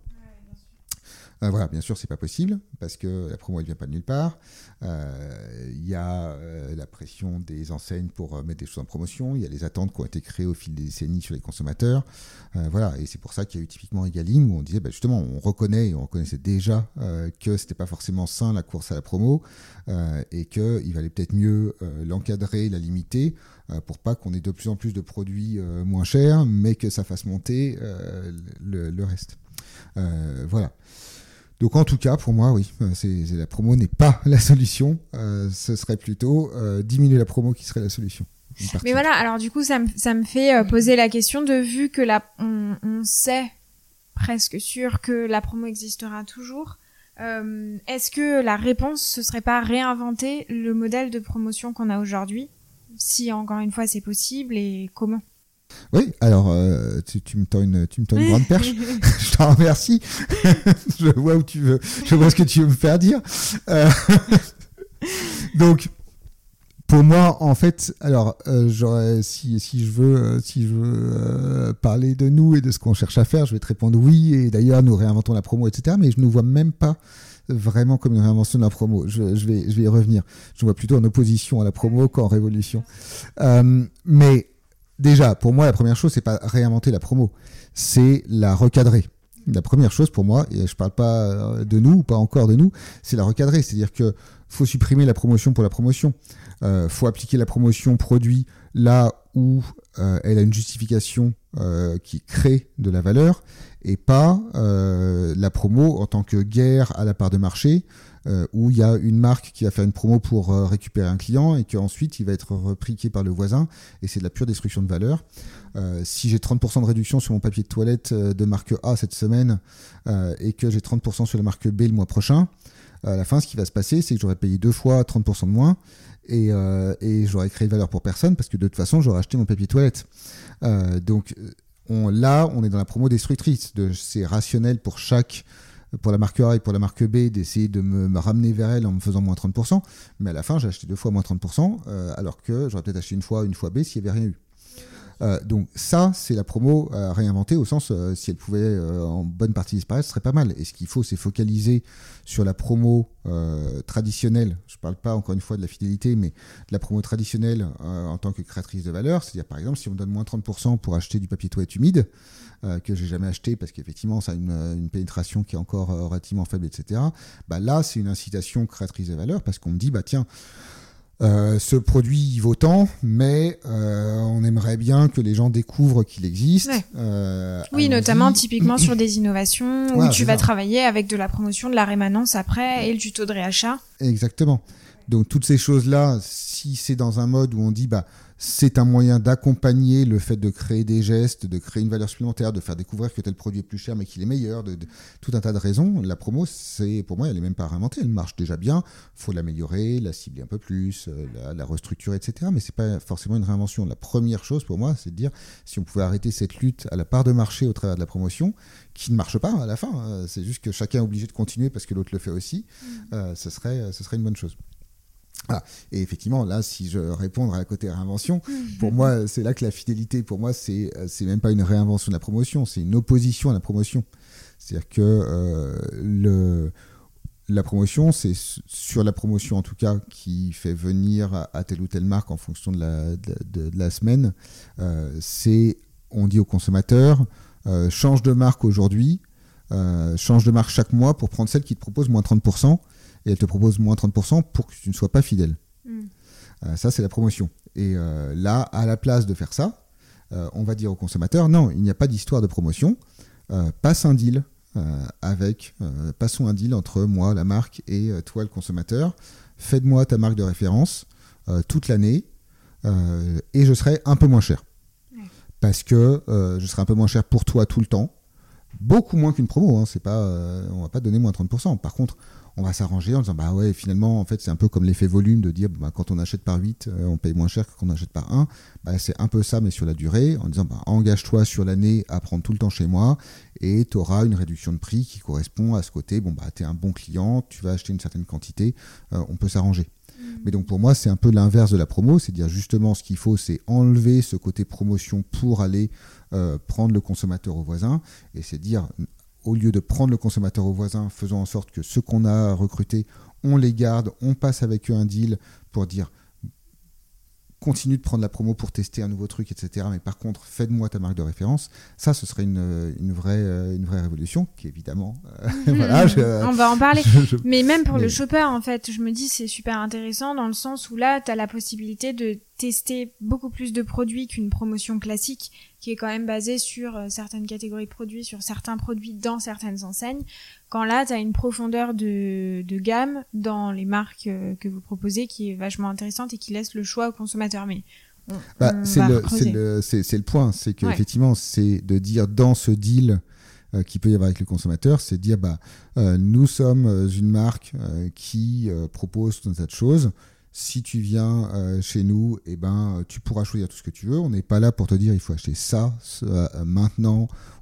Euh, voilà, bien sûr, c'est pas possible parce que la promo elle vient pas de nulle part. Il euh, y a euh, la pression des enseignes pour euh, mettre des choses en promotion. Il y a les attentes qui ont été créées au fil des décennies sur les consommateurs. Euh, voilà, et c'est pour ça qu'il y a eu typiquement Egalim où on disait, bah, justement, on reconnaît et on reconnaissait déjà euh, que c'était pas forcément sain la course à la promo euh, et que il valait peut-être mieux euh, l'encadrer, la limiter euh, pour pas qu'on ait de plus en plus de produits euh, moins chers, mais que ça fasse monter euh, le, le reste. Euh, voilà. Donc en tout cas, pour moi, oui, c'est, c'est, la promo n'est pas la solution. Euh, ce serait plutôt euh, diminuer la promo qui serait la solution.
Mais voilà, alors du coup, ça me, ça me fait euh, poser la question de vu que la, on, on sait presque sûr que la promo existera toujours, euh, est-ce que la réponse, ce serait pas réinventer le modèle de promotion qu'on a aujourd'hui, si encore une fois c'est possible et comment ?
Oui, alors euh, tu, tu me tends une, tu me tends une grande perche. Je t'en remercie. Je vois où tu veux, je vois ce que tu veux me faire dire. Euh, donc, Pour moi, en fait, alors, euh, j'aurais, si, si je veux, euh, si je veux euh, parler de nous et de ce qu'on cherche à faire, je vais te répondre oui. Et d'ailleurs, nous réinventons la promo, et cetera. Mais je ne nous vois même pas vraiment comme une réinvention de la promo. Je, je vais, je vais y revenir. Je vois plutôt en opposition à la promo qu'en révolution. Euh, mais déjà, pour moi, la première chose, c'est pas réinventer la promo, c'est la recadrer. La première chose pour moi, et je parle pas de nous, pas encore de nous, c'est la recadrer. C'est-à-dire que faut supprimer la promotion pour la promotion. Euh, faut appliquer la promotion produit là où euh, elle a une justification euh, qui crée de la valeur et pas euh, la promo en tant que guerre à la part de marché euh, où il y a une marque qui va faire une promo pour euh, récupérer un client et qu'ensuite il va être repliqué par le voisin et c'est de la pure destruction de valeur. Euh, si j'ai trente pour cent de réduction sur mon papier de toilette euh, de marque A cette semaine euh, et que j'ai trente pour cent sur la marque B le mois prochain, à la fin, ce qui va se passer, c'est que j'aurais payé deux fois trente pour cent de moins et, euh, et j'aurais créé de valeur pour personne parce que de toute façon, j'aurais acheté mon papier toilette. Euh, donc on, là, on est dans la promo destructrice. De, c'est rationnel pour chaque, pour la marque A et pour la marque B d'essayer de me, me ramener vers elle en me faisant moins trente pour cent. Mais à la fin, j'ai acheté deux fois moins trente pour cent euh, alors que j'aurais peut-être acheté une fois, une fois B s'il n'y avait rien eu. Euh, donc ça, c'est la promo à réinventer au sens, euh, si elle pouvait euh, en bonne partie disparaître, ce serait pas mal. Et ce qu'il faut, c'est focaliser sur la promo euh, traditionnelle. Je parle pas encore une fois de la fidélité, mais de la promo traditionnelle euh, en tant que créatrice de valeur. C'est-à-dire, par exemple, si on me donne moins trente pour cent pour acheter du papier toilette humide, euh, que j'ai jamais acheté parce qu'effectivement, ça a une, une pénétration qui est encore euh, relativement faible, et cetera. Bah là, c'est une incitation créatrice de valeur parce qu'on me dit, bah tiens, Euh, ce produit il vaut tant, mais euh, on aimerait bien que les gens découvrent qu'il existe.
Ouais.
Euh,
oui, notamment typiquement sur des innovations où
ouais,
tu vas
ça.
travailler avec de la promotion, de la rémanence après et le tuto de réachat.
Exactement. Donc toutes ces choses-là, si c'est dans un mode où on dit bah c'est un moyen d'accompagner le fait de créer des gestes, de créer une valeur supplémentaire, de faire découvrir que tel produit est plus cher mais qu'il est meilleur, de, de, tout un tas de raisons. La promo, c'est, pour moi, elle n'est même pas réinventée. Elle marche déjà bien. Il faut l'améliorer, la cibler un peu plus, euh, la, la restructurer, et cetera. Mais ce n'est pas forcément une réinvention. La première chose pour moi, c'est de dire si on pouvait arrêter cette lutte à la part de marché au travers de la promotion, qui ne marche pas à la fin. Euh, c'est juste que chacun est obligé de continuer parce que l'autre le fait aussi. Euh, ce serait, ce serait une bonne chose. Voilà. Et effectivement, là, si je réponds à la côté réinvention, pour moi, c'est là que la fidélité, pour moi, c'est c'est même pas une réinvention de la promotion, c'est une opposition à la promotion. C'est-à-dire que euh, le, la promotion, c'est sur la promotion en tout cas qui fait venir à, à telle ou telle marque en fonction de la, de, de, de la semaine. Euh, c'est, on dit aux consommateurs, euh, change de marque aujourd'hui, euh, change de marque chaque mois pour prendre celle qui te propose moins trente pour cent. Et elle te propose moins trente pour cent pour que tu ne sois pas fidèle. Mm. Euh, ça, c'est la promotion. Et euh, là, à la place de faire ça, euh, on va dire au consommateur, non, il n'y a pas d'histoire de promotion. Euh, passe un deal euh, avec, euh, passons un deal entre moi, la marque, et euh, toi, le consommateur. Fais-moi ta marque de référence euh, toute l'année euh, et je serai un peu moins cher. Mm. Parce que euh, je serai un peu moins cher pour toi tout le temps. Beaucoup moins qu'une promo. Hein, c'est pas, euh, on ne va pas donner moins trente pour cent. Par contre, on va s'arranger en disant bah ouais finalement en fait c'est un peu comme l'effet volume de dire bah, quand on achète par huit euh, on paye moins cher que quand on achète par un. Bah, c'est un peu ça mais sur la durée en disant bah, engage-toi sur l'année à prendre tout le temps chez moi et tu auras une réduction de prix qui correspond à ce côté bon bah tu es un bon client, tu vas acheter une certaine quantité, euh, on peut s'arranger. Mmh. Mais donc pour moi c'est un peu l'inverse de la promo, c'est dire justement ce qu'il faut c'est enlever ce côté promotion pour aller euh, prendre le consommateur au voisin et c'est dire au lieu de prendre le consommateur au voisin, faisons en sorte que ceux qu'on a recrutés, on les garde, on passe avec eux un deal pour dire continue de prendre la promo pour tester un nouveau truc, et cetera. Mais par contre, faites-moi ta marque de référence. Ça, ce serait une, une, vraie, une vraie révolution qui, évidemment... Euh, mmh, voilà, je,
on va en parler. Je, je, mais même pour
mais...
le shopper, en fait, je me dis c'est super intéressant dans le sens où là, tu as la possibilité de tester beaucoup plus de produits qu'une promotion classique qui est quand même basée sur euh, certaines catégories de produits, sur certains produits dans certaines enseignes. Quand là, tu as une profondeur de, de gamme dans les marques euh, que vous proposez qui est vachement intéressante et qui laisse le choix au consommateur. Mais on,
bah,
on
c'est,
va
le, c'est, le, c'est, c'est le point, c'est qu'effectivement, ouais. c'est de dire dans ce deal euh, qu'il peut y avoir avec le consommateur, c'est de dire bah, euh, nous sommes une marque euh, qui euh, propose tout un tas de choses. Si tu viens euh, chez nous, eh ben, tu pourras choisir tout ce que tu veux. On n'est pas là pour te dire il faut acheter ça, ça euh, maintenant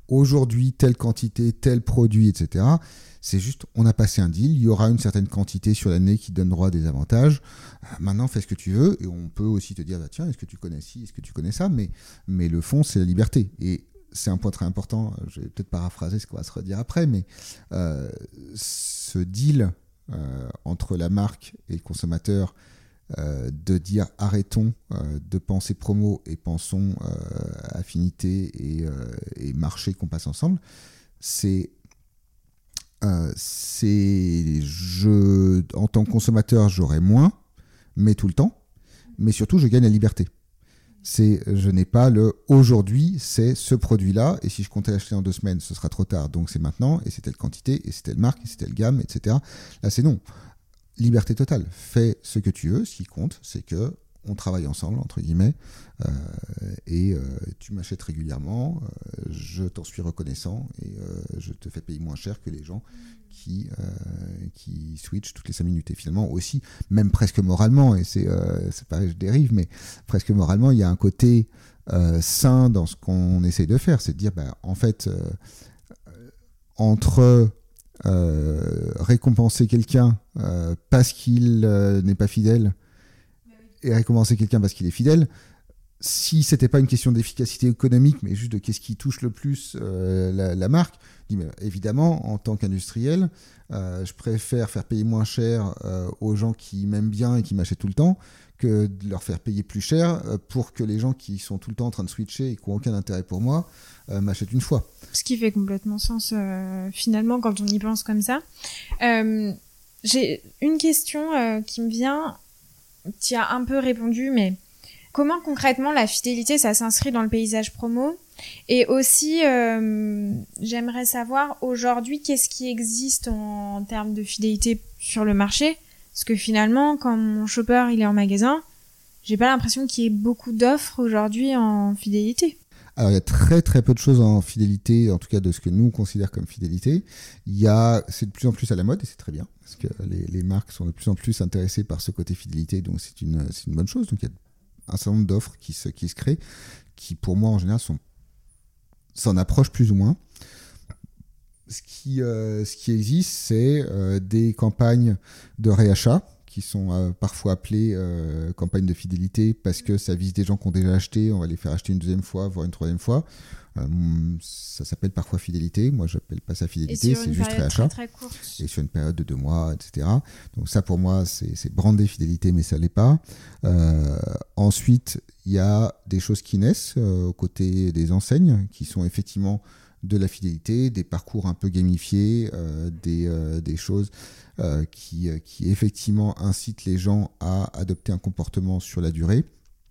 aujourd'hui telle quantité, tel produit, et cetera. C'est juste, on a passé un deal, il y aura une certaine quantité sur l'année qui donne droit à des avantages. Euh, maintenant, fais ce que tu veux, et on peut aussi te dire, bah, tiens, est-ce que tu connais ci, est-ce que tu connais ça, mais, mais le fond, c'est la liberté. Et c'est un point très important, je vais peut-être paraphraser ce qu'on va se redire après, mais euh, ce deal euh, entre la marque et le consommateur, euh, de dire arrêtons euh, de penser promo et pensons euh, affinité et, euh, et marché qu'on passe ensemble, c'est Euh, c'est je en tant que consommateur j'aurai moins mais tout le temps, mais surtout je gagne la liberté. C'est je n'ai pas le aujourd'hui c'est ce produit là et si je comptais l'acheter en deux semaines ce sera trop tard, donc c'est maintenant et c'est telle quantité et c'est telle marque et c'est telle gamme, etc. Là c'est non, liberté totale, fais ce que tu veux. Ce qui compte c'est que on travaille ensemble, entre guillemets, euh, et euh, tu m'achètes régulièrement, euh, je t'en suis reconnaissant, et euh, je te fais payer moins cher que les gens qui, euh, qui switchent toutes les cinq minutes. Et finalement aussi, même presque moralement, et c'est, euh, c'est pareil, je dérive, mais presque moralement, il y a un côté euh, sain dans ce qu'on essaye de faire, c'est de dire, bah, en fait, euh, entre... Euh, récompenser quelqu'un euh, parce qu'il euh, n'est pas fidèle et récompenser quelqu'un parce qu'il est fidèle, si c'était pas une question d'efficacité économique mais juste de qu'est-ce qui touche le plus euh, la, la marque, je dis, mais évidemment en tant qu'industriel euh, je préfère faire payer moins cher euh, aux gens qui m'aiment bien et qui m'achètent tout le temps que de leur faire payer plus cher euh, pour que les gens qui sont tout le temps en train de switcher et qui n'ont aucun intérêt pour moi euh, m'achètent une fois.
Ce qui fait complètement sens euh, finalement quand on y pense comme ça. Euh, j'ai une question euh, qui me vient, tu as un peu répondu, mais comment concrètement la fidélité ça s'inscrit dans le paysage promo? Et aussi euh, j'aimerais savoir aujourd'hui qu'est-ce qui existe en, en termes de fidélité sur le marché, parce que finalement quand mon shopper il est en magasin, j'ai pas l'impression qu'il y ait beaucoup d'offres aujourd'hui en fidélité.
Alors, il y a très très peu de choses en fidélité, en tout cas de ce que nous on considère comme fidélité. Il y a, c'est de plus en plus à la mode et c'est très bien, parce que les, les marques sont de plus en plus intéressées par ce côté fidélité, donc c'est une, c'est une bonne chose. Donc il y a un certain nombre d'offres qui se, qui se créent, qui pour moi en général sont, s'en approchent plus ou moins. Ce qui, euh, ce qui existe, c'est euh, des campagnes de réachat, qui sont euh, parfois appelées euh, campagnes de fidélité parce que ça vise des gens qui ont déjà acheté, on va les faire acheter une deuxième fois, voire une troisième fois. Euh, ça s'appelle parfois fidélité, moi j'appelle pas ça fidélité, c'est juste réachat. Très, très courte. Et sur une période de deux mois, et cetera. Donc ça pour moi c'est, c'est brandé fidélité, mais ça l'est pas. Euh, ensuite, il y a des choses qui naissent euh, aux côtés des enseignes, qui sont effectivement de la fidélité, des parcours un peu gamifiés, euh, des, euh, des choses euh, qui, qui effectivement incitent les gens à adopter un comportement sur la durée.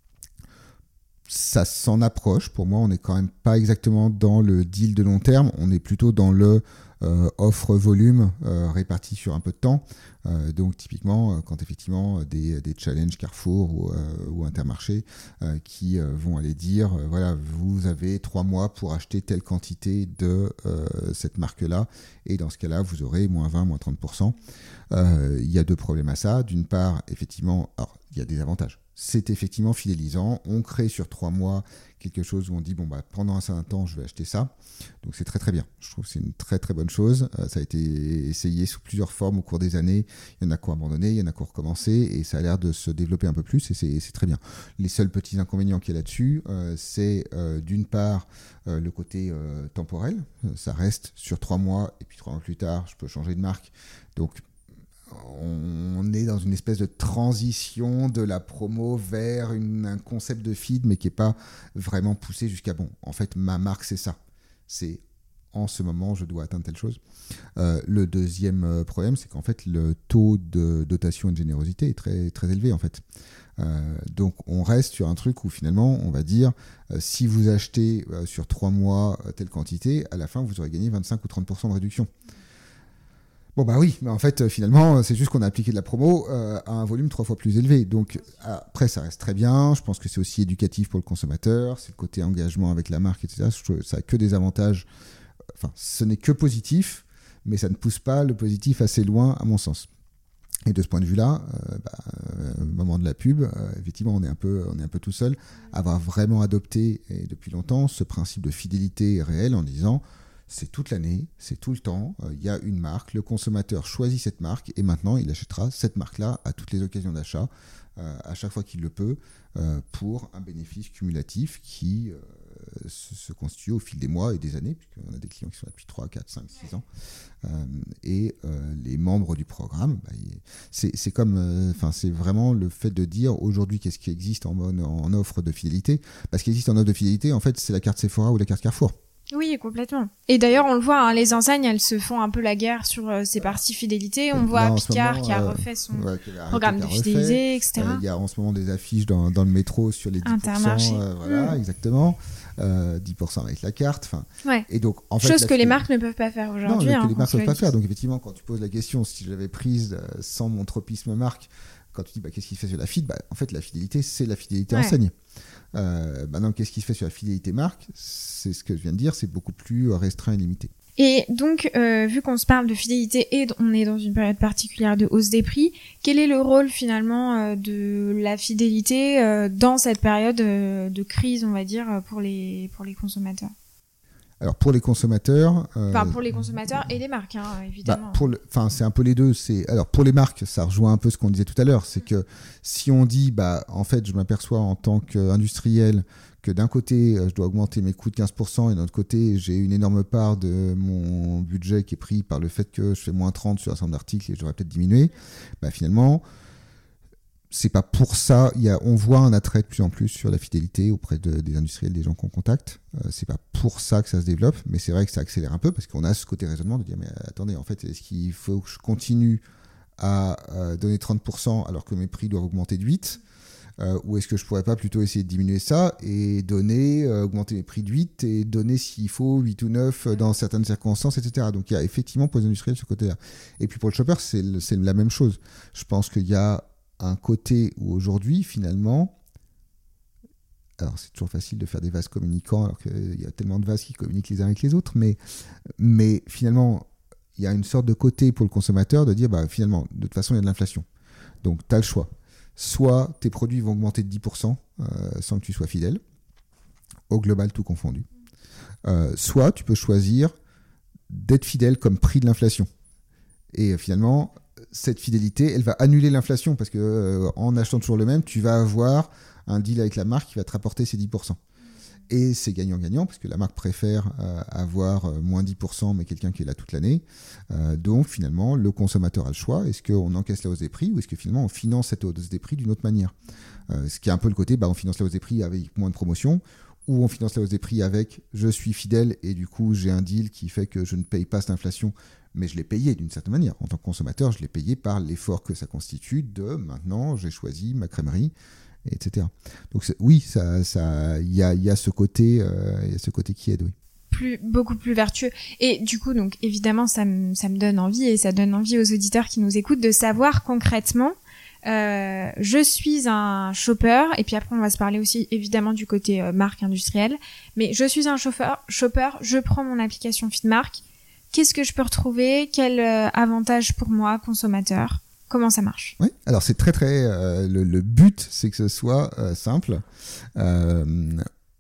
Ça s'en approche. Pour moi, on n'est quand même pas exactement dans le deal de long terme, on est plutôt dans le euh, offre-volume euh, réparti sur un peu de temps. Euh, donc typiquement, quand effectivement des, des challenges Carrefour ou, euh, ou Intermarché euh, qui euh, vont aller dire, euh, voilà, vous avez trois mois pour acheter telle quantité de euh, cette marque-là, et dans ce cas-là, vous aurez moins vingt, moins trente pour cent. Euh, il y a deux problèmes à ça. D'une part, effectivement, alors, il y a des avantages. C'est effectivement fidélisant. On crée sur trois mois quelque chose où on dit, bon, bah, pendant un certain temps, je vais acheter ça. Donc, c'est très, très bien. Je trouve que c'est une très, très bonne chose. Euh, ça a été essayé sous plusieurs formes au cours des années. Il y en a qui ont abandonné, il y en a qui ont recommencé, et ça a l'air de se développer un peu plus, et c'est, c'est très bien. Les seuls petits inconvénients qu'il y a là-dessus, euh, c'est euh, d'une part euh, le côté euh, temporel. Ça reste sur trois mois, et puis trois mois plus tard, je peux changer de marque. Donc, on est dans une espèce de transition de la promo vers une, un concept de feed, mais qui n'est pas vraiment poussé jusqu'à bon. En fait, ma marque, c'est ça. C'est en ce moment, je dois atteindre telle chose. Euh, le deuxième problème, c'est qu'en fait, le taux de dotation et de générosité est très, très élevé, en fait. Euh, donc, on reste sur un truc où finalement, on va dire, euh, si vous achetez euh, sur trois mois euh, telle quantité, à la fin, vous aurez gagné vingt-cinq ou trente pour cent de réduction. Bon bah oui, mais en fait euh, finalement c'est juste qu'on a appliqué de la promo euh, à un volume trois fois plus élevé. Donc après ça reste très bien, je pense que c'est aussi éducatif pour le consommateur, c'est le côté engagement avec la marque, et cetera. Je trouve que ça a que des avantages, enfin ce n'est que positif, mais ça ne pousse pas le positif assez loin à mon sens. Et de ce point de vue-là, euh, bah, euh, moment de la pub, euh, effectivement, on est un peu, on est un peu tout seul à avoir vraiment adopté, et depuis longtemps, ce principe de fidélité réel en disant c'est toute l'année, c'est tout le temps, il euh, y a une marque, le consommateur choisit cette marque et maintenant il achètera cette marque-là à toutes les occasions d'achat, euh, à chaque fois qu'il le peut, euh, pour un bénéfice cumulatif qui euh, se, se constitue au fil des mois et des années, puisqu'on a des clients qui sont là depuis trois, quatre, cinq, six ans. Euh, et euh, les membres du programme, bah, y, c'est, c'est comme, enfin, euh, c'est vraiment le fait de dire aujourd'hui qu'est-ce qui existe en, en, en offre de fidélité. Parce qu'il existe en offre de fidélité, en fait, c'est la carte Sephora ou la carte Carrefour.
Oui, complètement. Et d'ailleurs, on le voit, hein, les enseignes, elles se font un peu la guerre sur euh, ces parties fidélité. On voit Picard moment, qui a refait son euh, ouais, programme de fidélité, et cetera.
Il euh, y a en ce moment des affiches dans, dans le métro sur les dix pour cent.
Intermarché.
Euh, voilà, mmh. exactement. Euh, dix pour cent avec la carte.
Ouais.
Et donc, en fait,
chose que les marques ne peuvent pas faire aujourd'hui.
Non,
hein,
que les marques ne peuvent pas faire. Donc, effectivement, quand tu poses la question, si je l'avais prise euh, sans mon tropisme marque, quand tu dis bah, qu'est-ce qui se fait sur la feed, bah, en fait, la fidélité, c'est la fidélité ouais. enseigne. Euh, bah non, qu'est-ce qui se fait sur la fidélité marque ? C'est ce que je viens de dire, c'est beaucoup plus restreint et limité.
Et donc, euh, vu qu'on se parle de fidélité et on est dans une période particulière de hausse des prix, quel est le rôle finalement euh, de la fidélité euh, dans cette période euh, de crise, on va dire, pour les, pour les consommateurs ?
Alors pour les consommateurs,
euh, enfin pour les consommateurs et les marques, hein, évidemment.
Bah pour le, enfin c'est un peu les deux. C'est alors pour les marques, ça rejoint un peu ce qu'on disait tout à l'heure, c'est que si on dit bah en fait je m'aperçois en tant qu'industriel que d'un côté je dois augmenter mes coûts de quinze pour cent et d'un autre côté j'ai une énorme part de mon budget qui est pris par le fait que je fais moins trente sur un certain nombre d'articles et je devrais peut-être diminuer, bah finalement c'est pas pour ça, il y a, on voit un attrait de plus en plus sur la fidélité auprès de, des industriels, des gens qu'on contacte. Euh, c'est pas pour ça que ça se développe, mais c'est vrai que ça accélère un peu parce qu'on a ce côté raisonnement de dire mais attendez, en fait, est-ce qu'il faut que je continue à euh, donner trente pour cent alors que mes prix doivent augmenter de huit euh, ou est-ce que je pourrais pas plutôt essayer de diminuer ça et donner, euh, augmenter mes prix de huit et donner s'il faut huit ou neuf dans certaines circonstances, et cetera. Donc il y a effectivement pour les industriels ce côté-là. Et puis pour le shopper, c'est, le, c'est la même chose. Je pense qu'il y a un côté où aujourd'hui, finalement, alors c'est toujours facile de faire des vases communicants alors qu'il y a tellement de vases qui communiquent les uns avec les autres, mais, mais finalement, il y a une sorte de côté pour le consommateur de dire, bah, finalement, de toute façon, il y a de l'inflation. Donc, tu as le choix. Soit tes produits vont augmenter de dix pour cent euh, sans que tu sois fidèle, au global, tout confondu. Euh, soit tu peux choisir d'être fidèle comme prix de l'inflation. Et euh, finalement, cette fidélité, elle va annuler l'inflation parce que euh, en achetant toujours le même, tu vas avoir un deal avec la marque qui va te rapporter ces dix pour cent. Et c'est gagnant-gagnant parce que la marque préfère euh, avoir euh, moins dix pour cent mais quelqu'un qui est là toute l'année. Euh, donc finalement, le consommateur a le choix. Est-ce qu'on encaisse la hausse des prix ou est-ce que finalement on finance cette hausse des prix d'une autre manière ? euh, Ce qui est un peu le côté, bah, on finance la hausse des prix avec moins de promotion ou on finance la hausse des prix avec je suis fidèle et du coup j'ai un deal qui fait que je ne paye pas cette inflation mais je l'ai payé d'une certaine manière. En tant que consommateur, je l'ai payé par l'effort que ça constitue de maintenant, j'ai choisi ma crèmerie, et cetera. Donc c'est, oui, ça, ça, il y a, y a ce côté, euh, il y a ce côté qui aide, oui.
Plus, beaucoup plus vertueux. Et du coup, donc évidemment, ça me, ça me donne envie et ça donne envie aux auditeurs qui nous écoutent de savoir concrètement. Euh, je suis un shopper et puis après on va se parler aussi évidemment du côté euh, marque industrielle. Mais je suis un chauffeur, shopper, je prends mon application Feedmark. Qu'est-ce que je peux retrouver ? Quel euh, avantage pour moi, consommateur ? Comment ça marche ?
Oui, alors c'est très très... Euh, le, le but, c'est que ce soit euh, simple. Euh,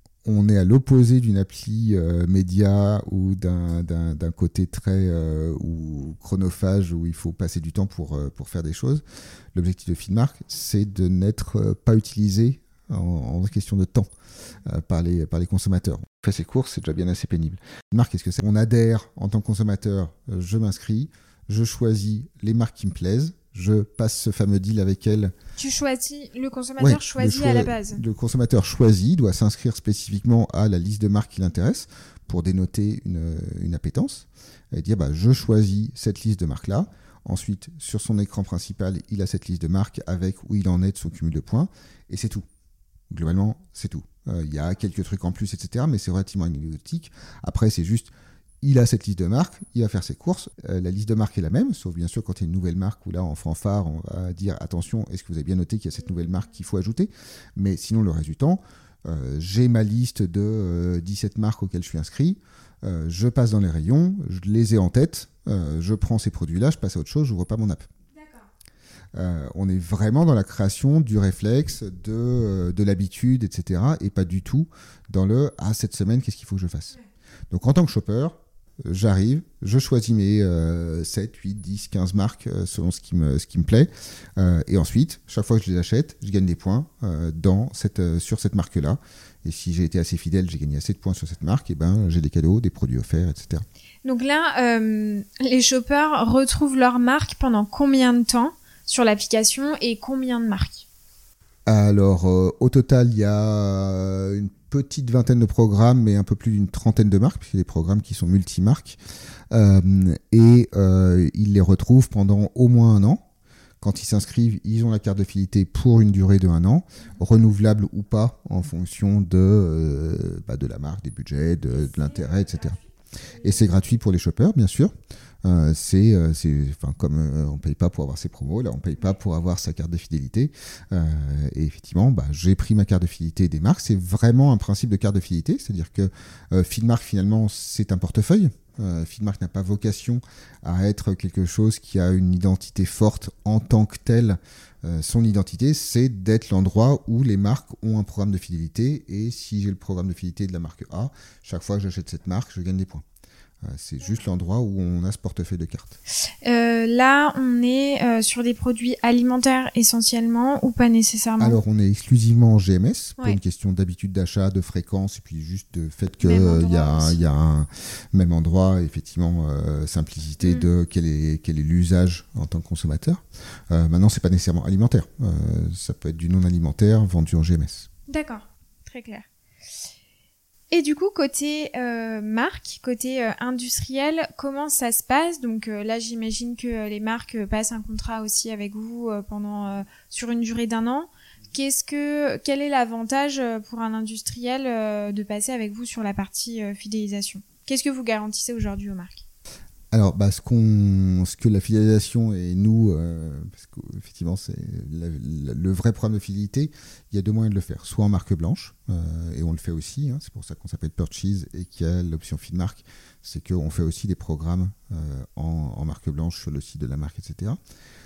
on est à l'opposé d'une appli euh, média ou d'un, d'un, d'un côté très euh, ou chronophage où il faut passer du temps pour, euh, pour faire des choses. L'objectif de Feedmark, c'est de n'être euh, pas utilisé en, en question de temps euh, par, les, par les consommateurs. On fait ses courses, c'est déjà bien assez pénible. Feedmark, qu'est-ce que c'est ? On adhère en tant que consommateur, euh, je m'inscris, je choisis les marques qui me plaisent, je passe ce fameux deal avec elle.
Tu choisis, le consommateur ouais, choisit
choix,
à la base.
Le consommateur choisit, doit s'inscrire spécifiquement à la liste de marques qui l'intéresse pour dénoter une, une appétence et dire bah, je choisis cette liste de marques-là. Ensuite, sur son écran principal, il a cette liste de marques avec où il en est de son cumul de points et c'est tout. Globalement, c'est tout. Il euh, y a quelques trucs en plus, et cetera, mais c'est relativement anecdotique. Après, c'est juste il a cette liste de marques, il va faire ses courses. Euh, la liste de marques est la même, sauf bien sûr quand il y a une nouvelle marque où là, en fanfare, on va dire attention, est-ce que vous avez bien noté qu'il y a cette nouvelle marque qu'il faut ajouter ? Mais sinon, le reste du temps, euh, j'ai ma liste de euh, dix-sept marques auxquelles je suis inscrit. Euh, je passe dans les rayons, je les ai en tête, euh, je prends ces produits-là, je passe à autre chose, je n'ouvre pas mon app. Euh, on est vraiment dans la création du réflexe, de, euh, de l'habitude, et cetera. Et pas du tout dans le « ah, cette semaine, qu'est-ce qu'il faut que je fasse ?» Donc en tant que shopper, j'arrive, je choisis mes euh, sept, huit, dix, quinze marques euh, selon ce qui me, ce qui me plaît. Euh, et ensuite, chaque fois que je les achète, je gagne des points euh, dans cette, euh, sur cette marque-là. Et si j'ai été assez fidèle, j'ai gagné assez de points sur cette marque, et ben, j'ai des cadeaux, des produits offerts, et cetera.
Donc là, euh, les shoppers retrouvent leur marque pendant combien de temps sur l'application et combien de marques ?
Alors, euh, au total, il y a une petite vingtaine de programmes, mais un peu plus d'une trentaine de marques, puisqu'il y a des programmes qui sont multi-marques. Euh, et euh, ils les retrouvent pendant au moins un an. Quand ils s'inscrivent, ils ont la carte de fidélité pour une durée de un an, renouvelable ou pas, en fonction de, euh, bah, de la marque, des budgets, de, de l'intérêt, et cetera. Et c'est gratuit pour les shoppers, bien sûr. Euh, c'est, euh, c'est, enfin, comme euh, on ne paye pas pour avoir ses promos, là on ne paye pas pour avoir sa carte de fidélité. Euh, et effectivement, bah, j'ai pris ma carte de fidélité des marques. C'est vraiment un principe de carte de fidélité, c'est-à-dire que euh, Feedmark, finalement, c'est un portefeuille. Euh, Feedmark n'a pas vocation à être quelque chose qui a une identité forte en tant que telle. Euh, son identité, c'est d'être l'endroit où les marques ont un programme de fidélité. Et si j'ai le programme de fidélité de la marque A, chaque fois que j'achète cette marque, je gagne des points. Euh, c'est juste l'endroit où on a ce portefeuille de cartes.
Euh, là, on est euh, sur des produits alimentaires essentiellement ou pas nécessairement ?
Alors, on est exclusivement en G M S pour
ouais.
une question d'habitude d'achat, de fréquence, et puis juste de fait qu'il euh, y, y a un même endroit, effectivement, euh, simplicité mmh. de quel est, quel est l'usage en tant que consommateur. Euh, maintenant, c'est pas nécessairement alimentaire. Euh, ça peut être du non alimentaire vendu en G M S.
D'accord, très clair. Et du coup, côté euh, marque, côté euh, industriel, comment ça se passe ? Donc euh, là, j'imagine que euh, les marques euh, passent un contrat aussi avec vous euh, pendant euh, sur une durée d'un an. Qu'est-ce que, quel est l'avantage pour un industriel euh, de passer avec vous sur la partie euh, fidélisation ? Qu'est-ce que vous garantissez aujourd'hui aux marques ?
Alors, bah, ce, qu'on, ce que la fidélisation et nous, euh, parce qu'effectivement, c'est la, la, le vrai programme de fidélité, il y a deux moyens de le faire. Soit en marque blanche, euh, et on le fait aussi, hein, c'est pour ça qu'on s'appelle Purchase et qu'il y a l'option Feedmark, c'est qu'on fait aussi des programmes euh, en, en marque blanche sur le site de la marque, et cetera.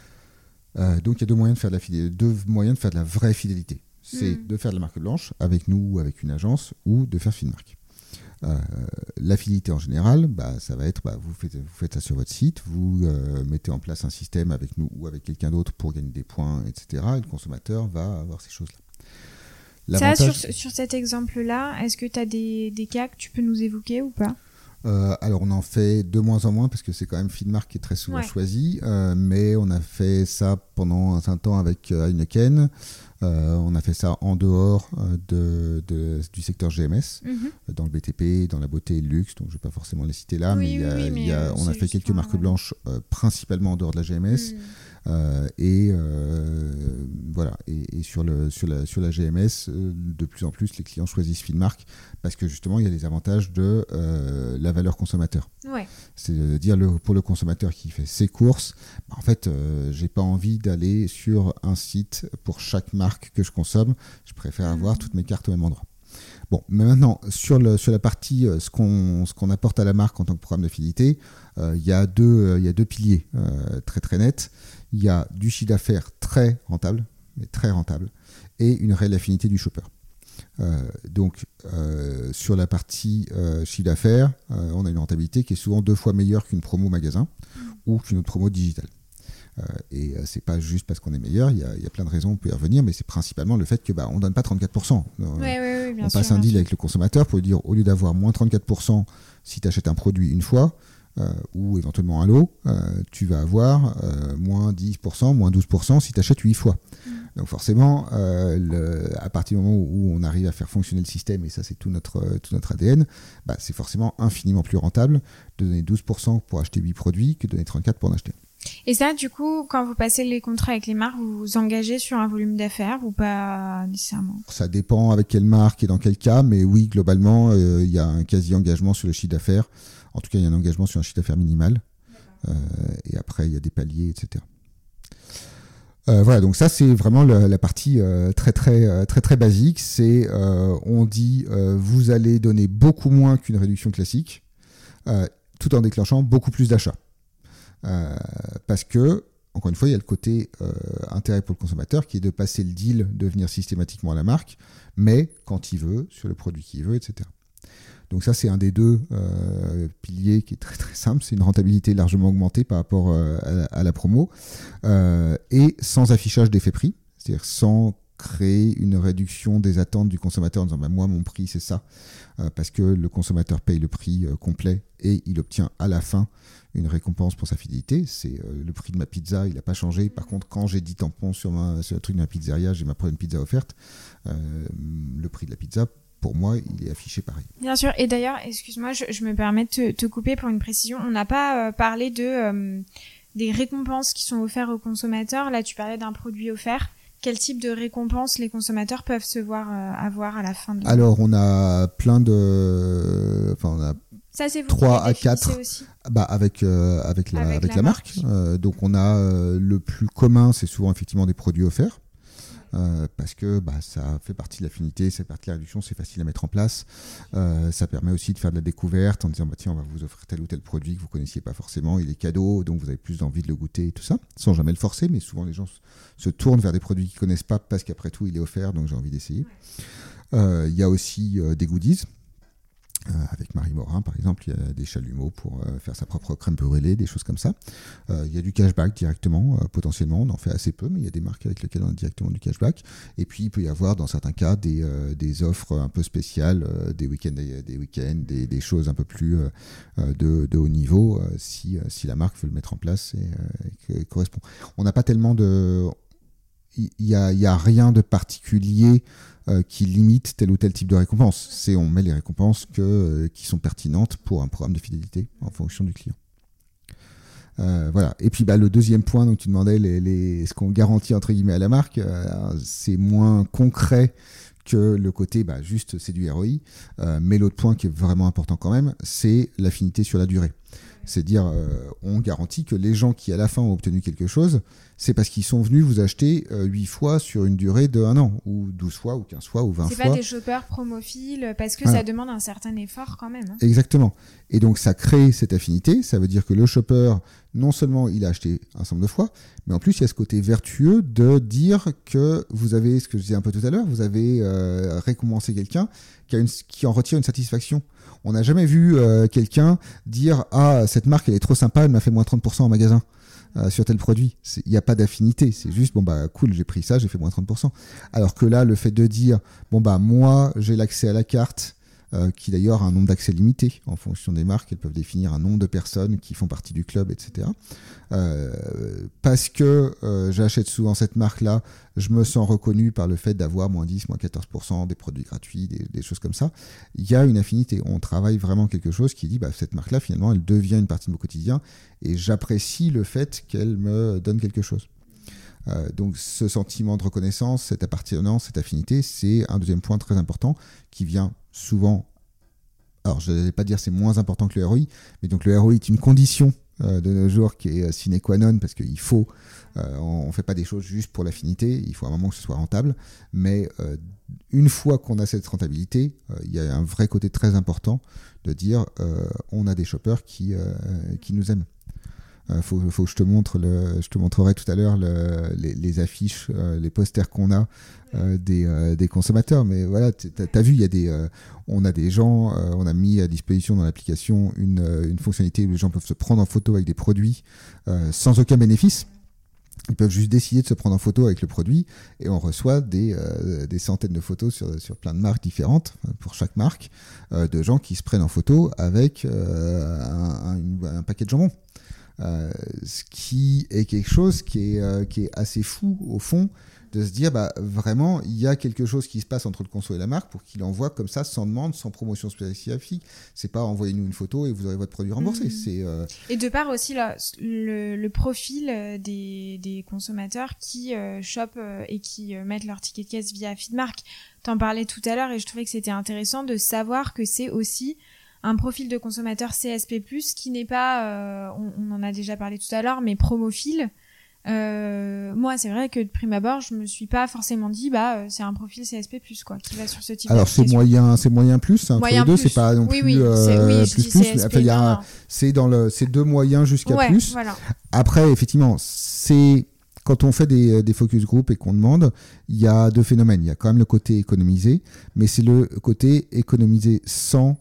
Euh, donc, il y a deux moyens de faire de la fidélité, deux moyens de faire de la vraie fidélité. C'est mmh. de faire de la marque blanche avec nous ou avec une agence, ou de faire Feedmark. Euh, la fidélité en général, bah, ça va être, bah, vous, faites, vous faites ça sur votre site, vous euh, mettez en place un système avec nous ou avec quelqu'un d'autre pour gagner des points, et cetera. Et le consommateur va avoir ces choses-là.
L'avantage... Ça, sur, sur cet exemple-là, est-ce que tu as des, des cas que tu peux nous évoquer ou pas ?
Euh, alors on en fait de moins en moins parce que c'est quand même Feedmark qui est très souvent ouais. choisi, euh, mais on a fait ça pendant un certain temps avec euh, Heineken. Euh, on a fait ça en dehors euh, de, de, du secteur G M S, mm-hmm. dans le B T P, dans la beauté et le luxe, donc je ne vais pas forcément les citer là,
oui,
mais, oui, y a,
oui, mais
y a,
euh,
on a fait quelques marques ouais. blanches, euh, principalement en dehors de la G M S, mm. euh, et euh, voilà. Et, et sur, le, sur, la, sur la G M S, euh, de plus en plus, les clients choisissent Feedmark parce que justement, il y a les avantages de euh, la valeur consommateur.
Ouais.
C'est-à-dire le, pour le consommateur qui fait ses courses, bah, en fait, euh, j'ai pas envie d'aller sur un site pour chaque marque que je consomme. Je préfère mmh. avoir toutes mes cartes au même endroit. Bon, mais maintenant, sur, le, sur la partie, euh, ce, qu'on, ce qu'on apporte à la marque en tant que programme de fidélité, il euh, y, euh, y a deux piliers euh, très très nets. Il y a du chiffre d'affaires très rentable, mais très rentable, et une réelle affinité du shopper. Euh, donc euh, sur la partie euh, chiffre d'affaires, euh, on a une rentabilité qui est souvent deux fois meilleure qu'une promo magasin mmh. ou qu'une autre promo digitale. Euh, et euh, c'est pas juste parce qu'on est meilleur, il y a, y a plein de raisons, on peut y revenir, mais c'est principalement le fait que bah, on donne pas trente-quatre pour cent. Euh,
ouais, ouais, ouais, bien
on
sûr,
passe un deal
sûr.
avec le consommateur pour lui dire au lieu d'avoir moins trente-quatre pour cent si tu achètes un produit une fois, Euh, ou éventuellement un lot, euh, tu vas avoir euh, moins dix pour cent, moins douze pour cent si tu achètes huit fois. Mmh. Donc forcément, euh, le, à partir du moment où on arrive à faire fonctionner le système, et ça c'est tout notre, tout notre A D N, bah, c'est forcément infiniment plus rentable de donner douze pour cent pour acheter huit produits que de donner trente-quatre pour en acheter.
Et ça, du coup, quand vous passez les contrats avec les marques, vous vous engagez sur un volume d'affaires ou pas nécessairement ?
Ça dépend avec quelle marque et dans quel cas, mais oui, globalement, il euh, y a un quasi-engagement sur le chiffre d'affaires. En tout cas, il y a un engagement sur un chiffre d'affaires minimal. Euh, et après, il y a des paliers, et cetera. Euh, voilà, donc ça, c'est vraiment le, la partie euh, très, très, très, très basique. C'est, euh, on dit, euh, vous allez donner beaucoup moins qu'une réduction classique, euh, tout en déclenchant beaucoup plus d'achats. Euh, parce que, Encore une fois, il y a le côté euh, intérêt pour le consommateur qui est de passer le deal, de venir systématiquement à la marque, mais quand il veut, sur le produit qu'il veut, et cetera. Donc ça, c'est un des deux euh, piliers qui est très très simple. C'est une rentabilité largement augmentée par rapport euh, à, à la promo euh, et sans affichage d'effet prix, c'est-à-dire sans créer une réduction des attentes du consommateur en disant bah, « moi, mon prix, c'est ça euh, », parce que le consommateur paye le prix euh, complet et il obtient à la fin une récompense pour sa fidélité. C'est euh, le prix de ma pizza, il n'a pas changé. Par contre, quand j'ai dix tampons sur, ma, sur le truc de ma pizzeria, j'ai ma prochaine pizza offerte, euh, le prix de la pizza, pour moi, il est affiché pareil.
Bien sûr. Et d'ailleurs, excuse-moi, je, je me permets de te, te couper pour une précision. On n'a pas euh, parlé de euh, des récompenses qui sont offertes aux consommateurs. Là, tu parlais d'un produit offert. Quel type de récompenses les consommateurs peuvent se voir euh, avoir à la fin de...
Alors, on a plein de... Enfin, on a
ça, c'est vous
trois à quatre
aussi.
Bah, avec, euh, avec, la,
avec,
avec
la,
la
marque.
marque. Euh, donc, on a euh, le plus commun, c'est souvent effectivement des produits offerts. Euh, parce que bah, ça fait partie de l'affinité, ça fait partie de la réduction, c'est facile à mettre en place. Euh, ça permet aussi de faire de la découverte en disant bah, tiens, on va vous offrir tel ou tel produit que vous ne connaissiez pas forcément, il est cadeau, donc vous avez plus envie de le goûter et tout ça, sans jamais le forcer, mais souvent les gens se tournent vers des produits qu'ils ne connaissent pas parce qu'après tout il est offert, donc j'ai envie d'essayer. Il euh, y a aussi euh, des goodies. Euh, avec Marie Morin, par exemple, il y a des chalumeaux pour euh, faire sa propre crème brûlée, des choses comme ça. Euh, il y a du cashback directement, euh, potentiellement. On en fait assez peu, mais il y a des marques avec lesquelles on a directement du cashback. Et puis, il peut y avoir, dans certains cas, des, euh, des offres un peu spéciales, euh, des week-ends, des, des, week-ends des, des choses un peu plus euh, de, de haut niveau, euh, si, euh, si la marque veut le mettre en place et, euh, et correspond. On n'a pas tellement de... Il n'y a, y a rien de particulier Euh, qui limite tel ou tel type de récompense. C'est on met les récompenses que, euh, qui sont pertinentes pour un programme de fidélité en fonction du client. Euh, voilà. Et puis bah, le deuxième point, donc tu demandais les, les, ce qu'on garantit entre guillemets à la marque, euh, c'est moins concret que le côté bah, juste c'est du R O I. Euh, mais l'autre point qui est vraiment important quand même, c'est l'affinité sur la durée. C'est dire euh, on garantit que les gens qui à la fin ont obtenu quelque chose, c'est parce qu'ils sont venus vous acheter euh, huit fois sur une durée de un an, ou douze fois, ou quinze fois, ou vingt
c'est
fois.
C'est pas des shoppers promophiles, parce que voilà. Ça demande un certain effort quand même. Hein.
Exactement. Et donc ça crée cette affinité, ça veut dire que le shopper, non seulement il a acheté un certain nombre de fois, mais en plus il y a ce côté vertueux de dire que vous avez, ce que je disais un peu tout à l'heure, vous avez euh, récompensé quelqu'un qui, a une, qui en retire une satisfaction. On n'a jamais vu euh, quelqu'un dire « Ah, cette marque, elle est trop sympa, elle m'a fait moins trente pour cent en magasin euh, sur tel produit. » Il n'y a pas d'affinité, c'est juste « Bon, bah cool, j'ai pris ça, j'ai fait moins trente pour cent. » Alors que là, le fait de dire « Bon, bah moi, j'ai l'accès à la carte, euh, qui d'ailleurs a un nombre d'accès limité. En fonction des marques, elles peuvent définir un nombre de personnes qui font partie du club, et cetera. Euh, parce que euh, j'achète souvent cette marque-là, je me sens reconnu par le fait d'avoir moins dix, moins quatorze pour cent des produits gratuits, des, des choses comme ça. Il y a une affinité. On travaille vraiment quelque chose qui dit, bah, cette marque-là, finalement, elle devient une partie de mon quotidien et j'apprécie le fait qu'elle me donne quelque chose. Euh, donc, ce sentiment de reconnaissance, cette appartenance, cette affinité, c'est un deuxième point très important qui vient souvent... Alors, je ne vais pas dire c'est moins important que le R O I, mais donc le R O I est une condition de nos jours qui est sine qua non parce qu'il faut, euh, on ne fait pas des choses juste pour l'affinité, il faut à un moment que ce soit rentable, mais euh, une fois qu'on a cette rentabilité, euh, il y a un vrai côté très important de dire euh, on a des shoppers qui, euh, qui nous aiment. Euh, faut, faut que je te montre le, je te montrerai tout à l'heure le, les, les affiches, euh, les posters qu'on a euh, des, euh, des consommateurs. Mais voilà, t'as, t'as vu, il y a des, euh, on a des gens, euh, on a mis à disposition dans l'application une, une fonctionnalité où les gens peuvent se prendre en photo avec des produits euh, sans aucun bénéfice. Ils peuvent juste décider de se prendre en photo avec le produit et on reçoit des, euh, des centaines de photos sur, sur plein de marques différentes, pour chaque marque, euh, de gens qui se prennent en photo avec euh, un, un, un paquet de jambon. Euh, ce qui est quelque chose qui est, euh, qui est assez fou au fond, de se dire bah, vraiment il y a quelque chose qui se passe entre le conso et la marque pour qu'il envoie comme ça sans demande, sans promotion spécifique. C'est pas envoyez-nous une photo et vous aurez votre produit remboursé. Mmh. C'est, euh...
Et de part aussi là, le, le profil des, des consommateurs qui euh, shoppent euh, et qui euh, mettent leur ticket de caisse via Feedmark. T'en parlais tout à l'heure et je trouvais que c'était intéressant de savoir que c'est aussi un profil de consommateur C S P plus, qui n'est pas, euh, on, on en a déjà parlé tout à l'heure, mais promophile. Euh, moi, c'est vrai que de prime abord, je me suis pas forcément dit, bah, c'est un profil C S P plus, quoi, qui va sur ce type.
Alors c'est moyen, c'est moyen plus, hein, moyen entre les deux, c'est pas non
oui,
plus
oui,
euh,
oui,
plus plus. Mais, enfin, il y a, c'est dans le, c'est deux moyens jusqu'à
ouais,
plus.
Voilà.
Après, effectivement, c'est quand on fait des, des focus group et qu'on demande, il y a deux phénomènes. Il y a quand même le côté économiser, mais c'est le côté économiser sans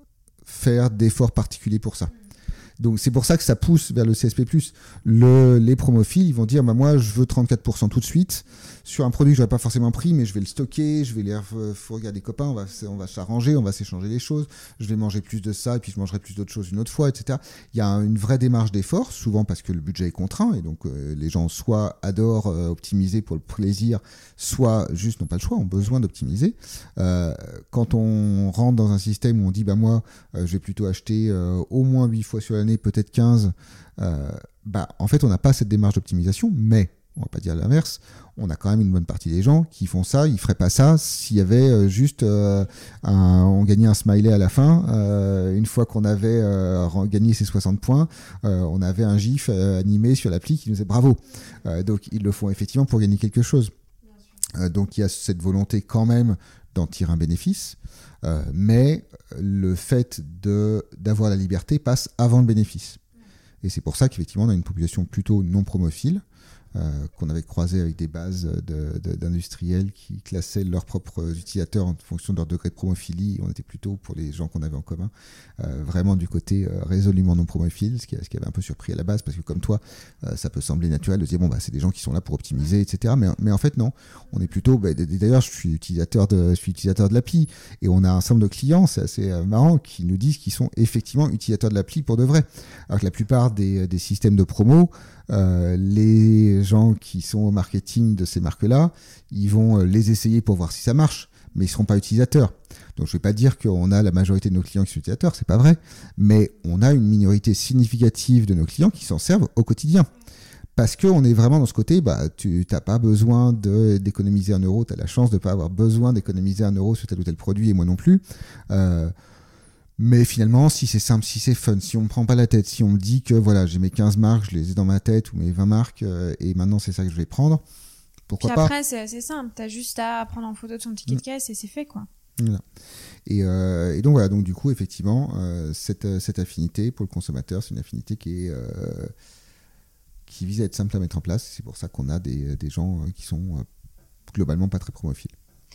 faire d'efforts particuliers pour ça. Donc c'est pour ça que ça pousse vers le C S P plus. Le, les promophiles, ils vont dire bah, moi je veux trente-quatre pour cent tout de suite sur un produit que je n'aurais pas forcément pris, mais je vais le stocker, je vais les regarder des copains, on va, on va s'arranger, on va s'échanger les choses, je vais manger plus de ça et puis je mangerai plus d'autres choses une autre fois, et cetera. Il y a une vraie démarche d'effort, souvent parce que le budget est contraint et donc euh, les gens soit adorent euh, optimiser pour le plaisir, soit juste n'ont pas le choix, ont besoin d'optimiser. Euh, quand on rentre dans un système où on dit bah moi euh, je vais plutôt acheter euh, au moins huit fois sur l'année, peut-être quinze, euh, bah, en fait, on n'a pas cette démarche d'optimisation, mais on va pas dire l'inverse, on a quand même une bonne partie des gens qui font ça, ils feraient pas ça s'il y avait euh, juste euh, un, on gagnait un smiley à la fin, euh, une fois qu'on avait euh, gagné ses soixante points, euh, on avait un gif euh, animé sur l'appli qui nous disait bravo. Euh, donc ils le font effectivement pour gagner quelque chose. Euh, donc il y a cette volonté quand même d'en tirer un bénéfice. Euh, mais le fait de, d'avoir la liberté passe avant le bénéfice. Et c'est pour ça qu'effectivement, on a une population plutôt non promophile, euh, qu'on avait croisé avec des bases de, de, d'industriels qui classaient leurs propres utilisateurs en fonction de leur degré de promophilie. On était plutôt, pour les gens qu'on avait en commun, euh, vraiment du côté euh, résolument non promophile, ce qui, ce qui avait un peu surpris à la base, parce que comme toi, euh, ça peut sembler naturel de dire, bon, bah, c'est des gens qui sont là pour optimiser, et cetera. Mais, mais en fait, non. On est plutôt, bah, d'ailleurs, je suis utilisateur de, je suis utilisateur de l'appli, et on a un ensemble de clients, c'est assez euh, marrant, qui nous disent qu'ils sont effectivement utilisateurs de l'appli pour de vrai. Alors que la plupart des, des systèmes de promo, Euh, les gens qui sont au marketing de ces marques-là, ils vont les essayer pour voir si ça marche, mais ils ne seront pas utilisateurs. Donc je ne vais pas dire qu'on a la majorité de nos clients qui sont utilisateurs, c'est pas vrai, mais on a une minorité significative de nos clients qui s'en servent au quotidien. Parce qu'on est vraiment dans ce côté, bah, tu n'as pas besoin de, d'économiser un euro, tu as la chance de ne pas avoir besoin d'économiser un euro sur tel ou tel produit, et moi non plus. Euh, Mais finalement, si c'est simple, si c'est fun, si on me prend pas la tête, si on me dit que voilà, j'ai mes quinze marques, je les ai dans ma tête, ou mes vingt marques, euh, et maintenant c'est ça que je vais prendre, pourquoi
Puis
pas.
après, c'est assez simple. T'as juste à prendre en photo ton ticket de caisse et c'est fait, quoi.
Voilà. Et, euh, et donc voilà, donc du coup, effectivement, euh, cette, cette affinité pour le consommateur, c'est une affinité qui est euh, qui vise à être simple à mettre en place. C'est pour ça qu'on a des, des gens qui sont euh, globalement pas très promophiles.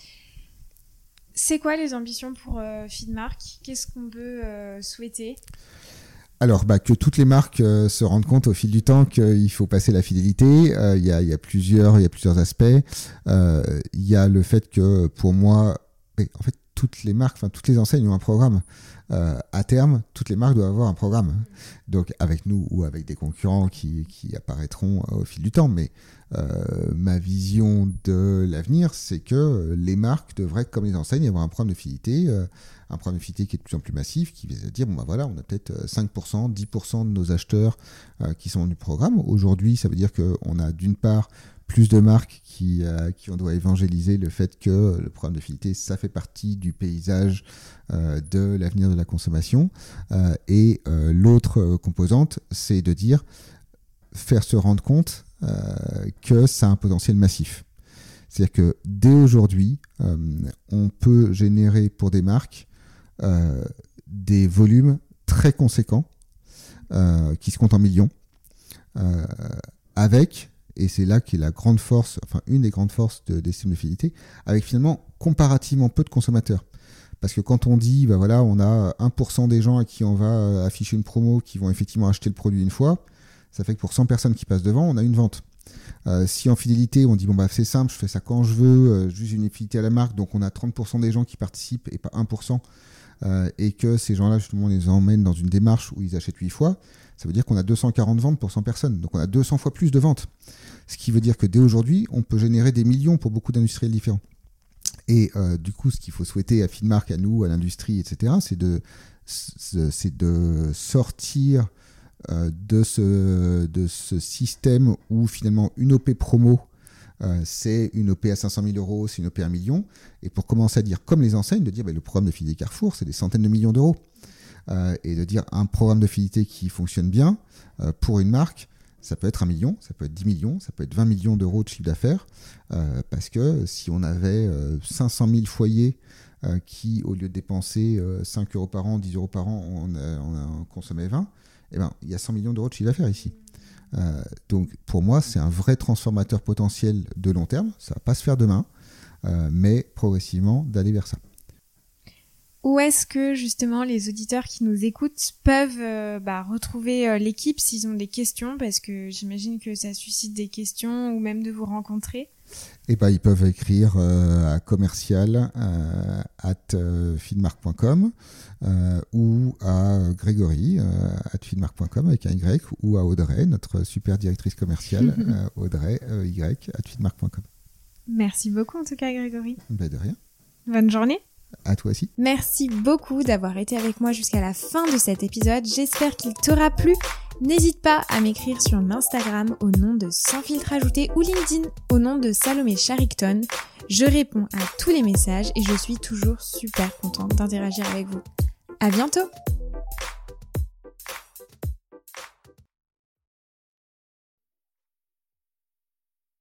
C'est quoi les ambitions pour euh, Feedmark ? Qu'est-ce qu'on peut euh, souhaiter ?
Alors, bah, que toutes les marques euh, se rendent compte au fil du temps qu'il faut passer la fidélité. Il euh, y, a, y, a plusieurs, y a plusieurs aspects. Il euh, y a le fait que, pour moi, en fait, toutes les marques, enfin toutes les enseignes ont un programme. Euh, à terme, toutes les marques doivent avoir un programme. Donc, avec nous ou avec des concurrents qui, qui apparaîtront euh, au fil du temps. Mais euh, ma vision de l'avenir, c'est que les marques devraient, comme les enseignes, avoir un programme de fidélité. Euh, un programme de fidélité qui est de plus en plus massif, qui vise à dire, bon ben voilà, on a peut-être cinq pour cent, dix pour cent de nos acheteurs euh, qui sont du programme. Aujourd'hui, ça veut dire qu'on a d'une part plus de marques qui, euh, qui on doit évangéliser le fait que le programme de fidélité, ça fait partie du paysage euh, de l'avenir de la consommation. Euh, et euh, l'autre composante, c'est de dire, faire se rendre compte euh, que ça a un potentiel massif. C'est-à-dire que dès aujourd'hui, euh, on peut générer pour des marques euh, des volumes très conséquents euh, qui se comptent en millions euh, avec, et c'est là qu'est la grande force, enfin une des grandes forces de, des systèmes de fidélité, avec finalement comparativement peu de consommateurs. Parce que quand on dit, bah voilà, on a un pour cent des gens à qui on va afficher une promo qui vont effectivement acheter le produit une fois, ça fait que pour cent personnes qui passent devant, on a une vente. Euh, si en fidélité, on dit, bon bah c'est simple, je fais ça quand je veux, euh, juste une fidélité à la marque, donc on a trente pour cent des gens qui participent et pas un pour cent, euh, et que ces gens-là, justement, on les emmène dans une démarche où ils achètent huit fois, ça veut dire qu'on a deux cent quarante ventes pour cent personnes, donc on a deux cents fois plus de ventes. Ce qui veut dire que dès aujourd'hui, on peut générer des millions pour beaucoup d'industriels différents. Et euh, du coup, ce qu'il faut souhaiter à Feedmark, à nous, à l'industrie, et cetera, c'est de, c'est de sortir euh, de, ce, de ce système où finalement une O P promo, euh, c'est une O P à cinq cent mille euros, c'est une O P à un million. Et pour commencer à dire, comme les enseignes, de dire bah, le programme de fidélité Carrefour, c'est des centaines de millions d'euros. Euh, et de dire un programme de fidélité qui fonctionne bien euh, pour une marque, ça peut être un million, ça peut être dix millions, ça peut être vingt millions d'euros de chiffre d'affaires, euh, parce que si on avait euh, cinq cent mille foyers euh, qui, au lieu de dépenser euh, cinq euros par an, dix euros par an, on, on, on consomait vingt, eh ben, il y a cent millions d'euros de chiffre d'affaires ici. Euh, donc pour moi, c'est un vrai transformateur potentiel de long terme. Ça va pas se faire demain, euh, mais progressivement d'aller vers ça.
Où est-ce que justement les auditeurs qui nous écoutent peuvent euh, bah, retrouver euh, l'équipe s'ils ont des questions, parce que j'imagine que ça suscite des questions, ou même de vous rencontrer?
Et ben, ils peuvent écrire euh, à commercial euh, at euh, feedmark point com euh, ou à Grégory euh, at feedmark point com avec un Y, ou à Audrey, notre super directrice commerciale, euh, Audrey euh, Y at feedmark point com.
Merci beaucoup en tout cas, Grégory.
Ben, de rien.
Bonne journée.
À toi aussi.
Merci beaucoup d'avoir été avec moi jusqu'à la fin de cet épisode. J'espère qu'il t'aura plu. N'hésite pas à m'écrire sur l'Instagram au nom de Sans Filtre Ajouté ou LinkedIn au nom de Salomé Charicton. Je réponds à tous les messages et je suis toujours super contente d'interagir avec vous. À bientôt!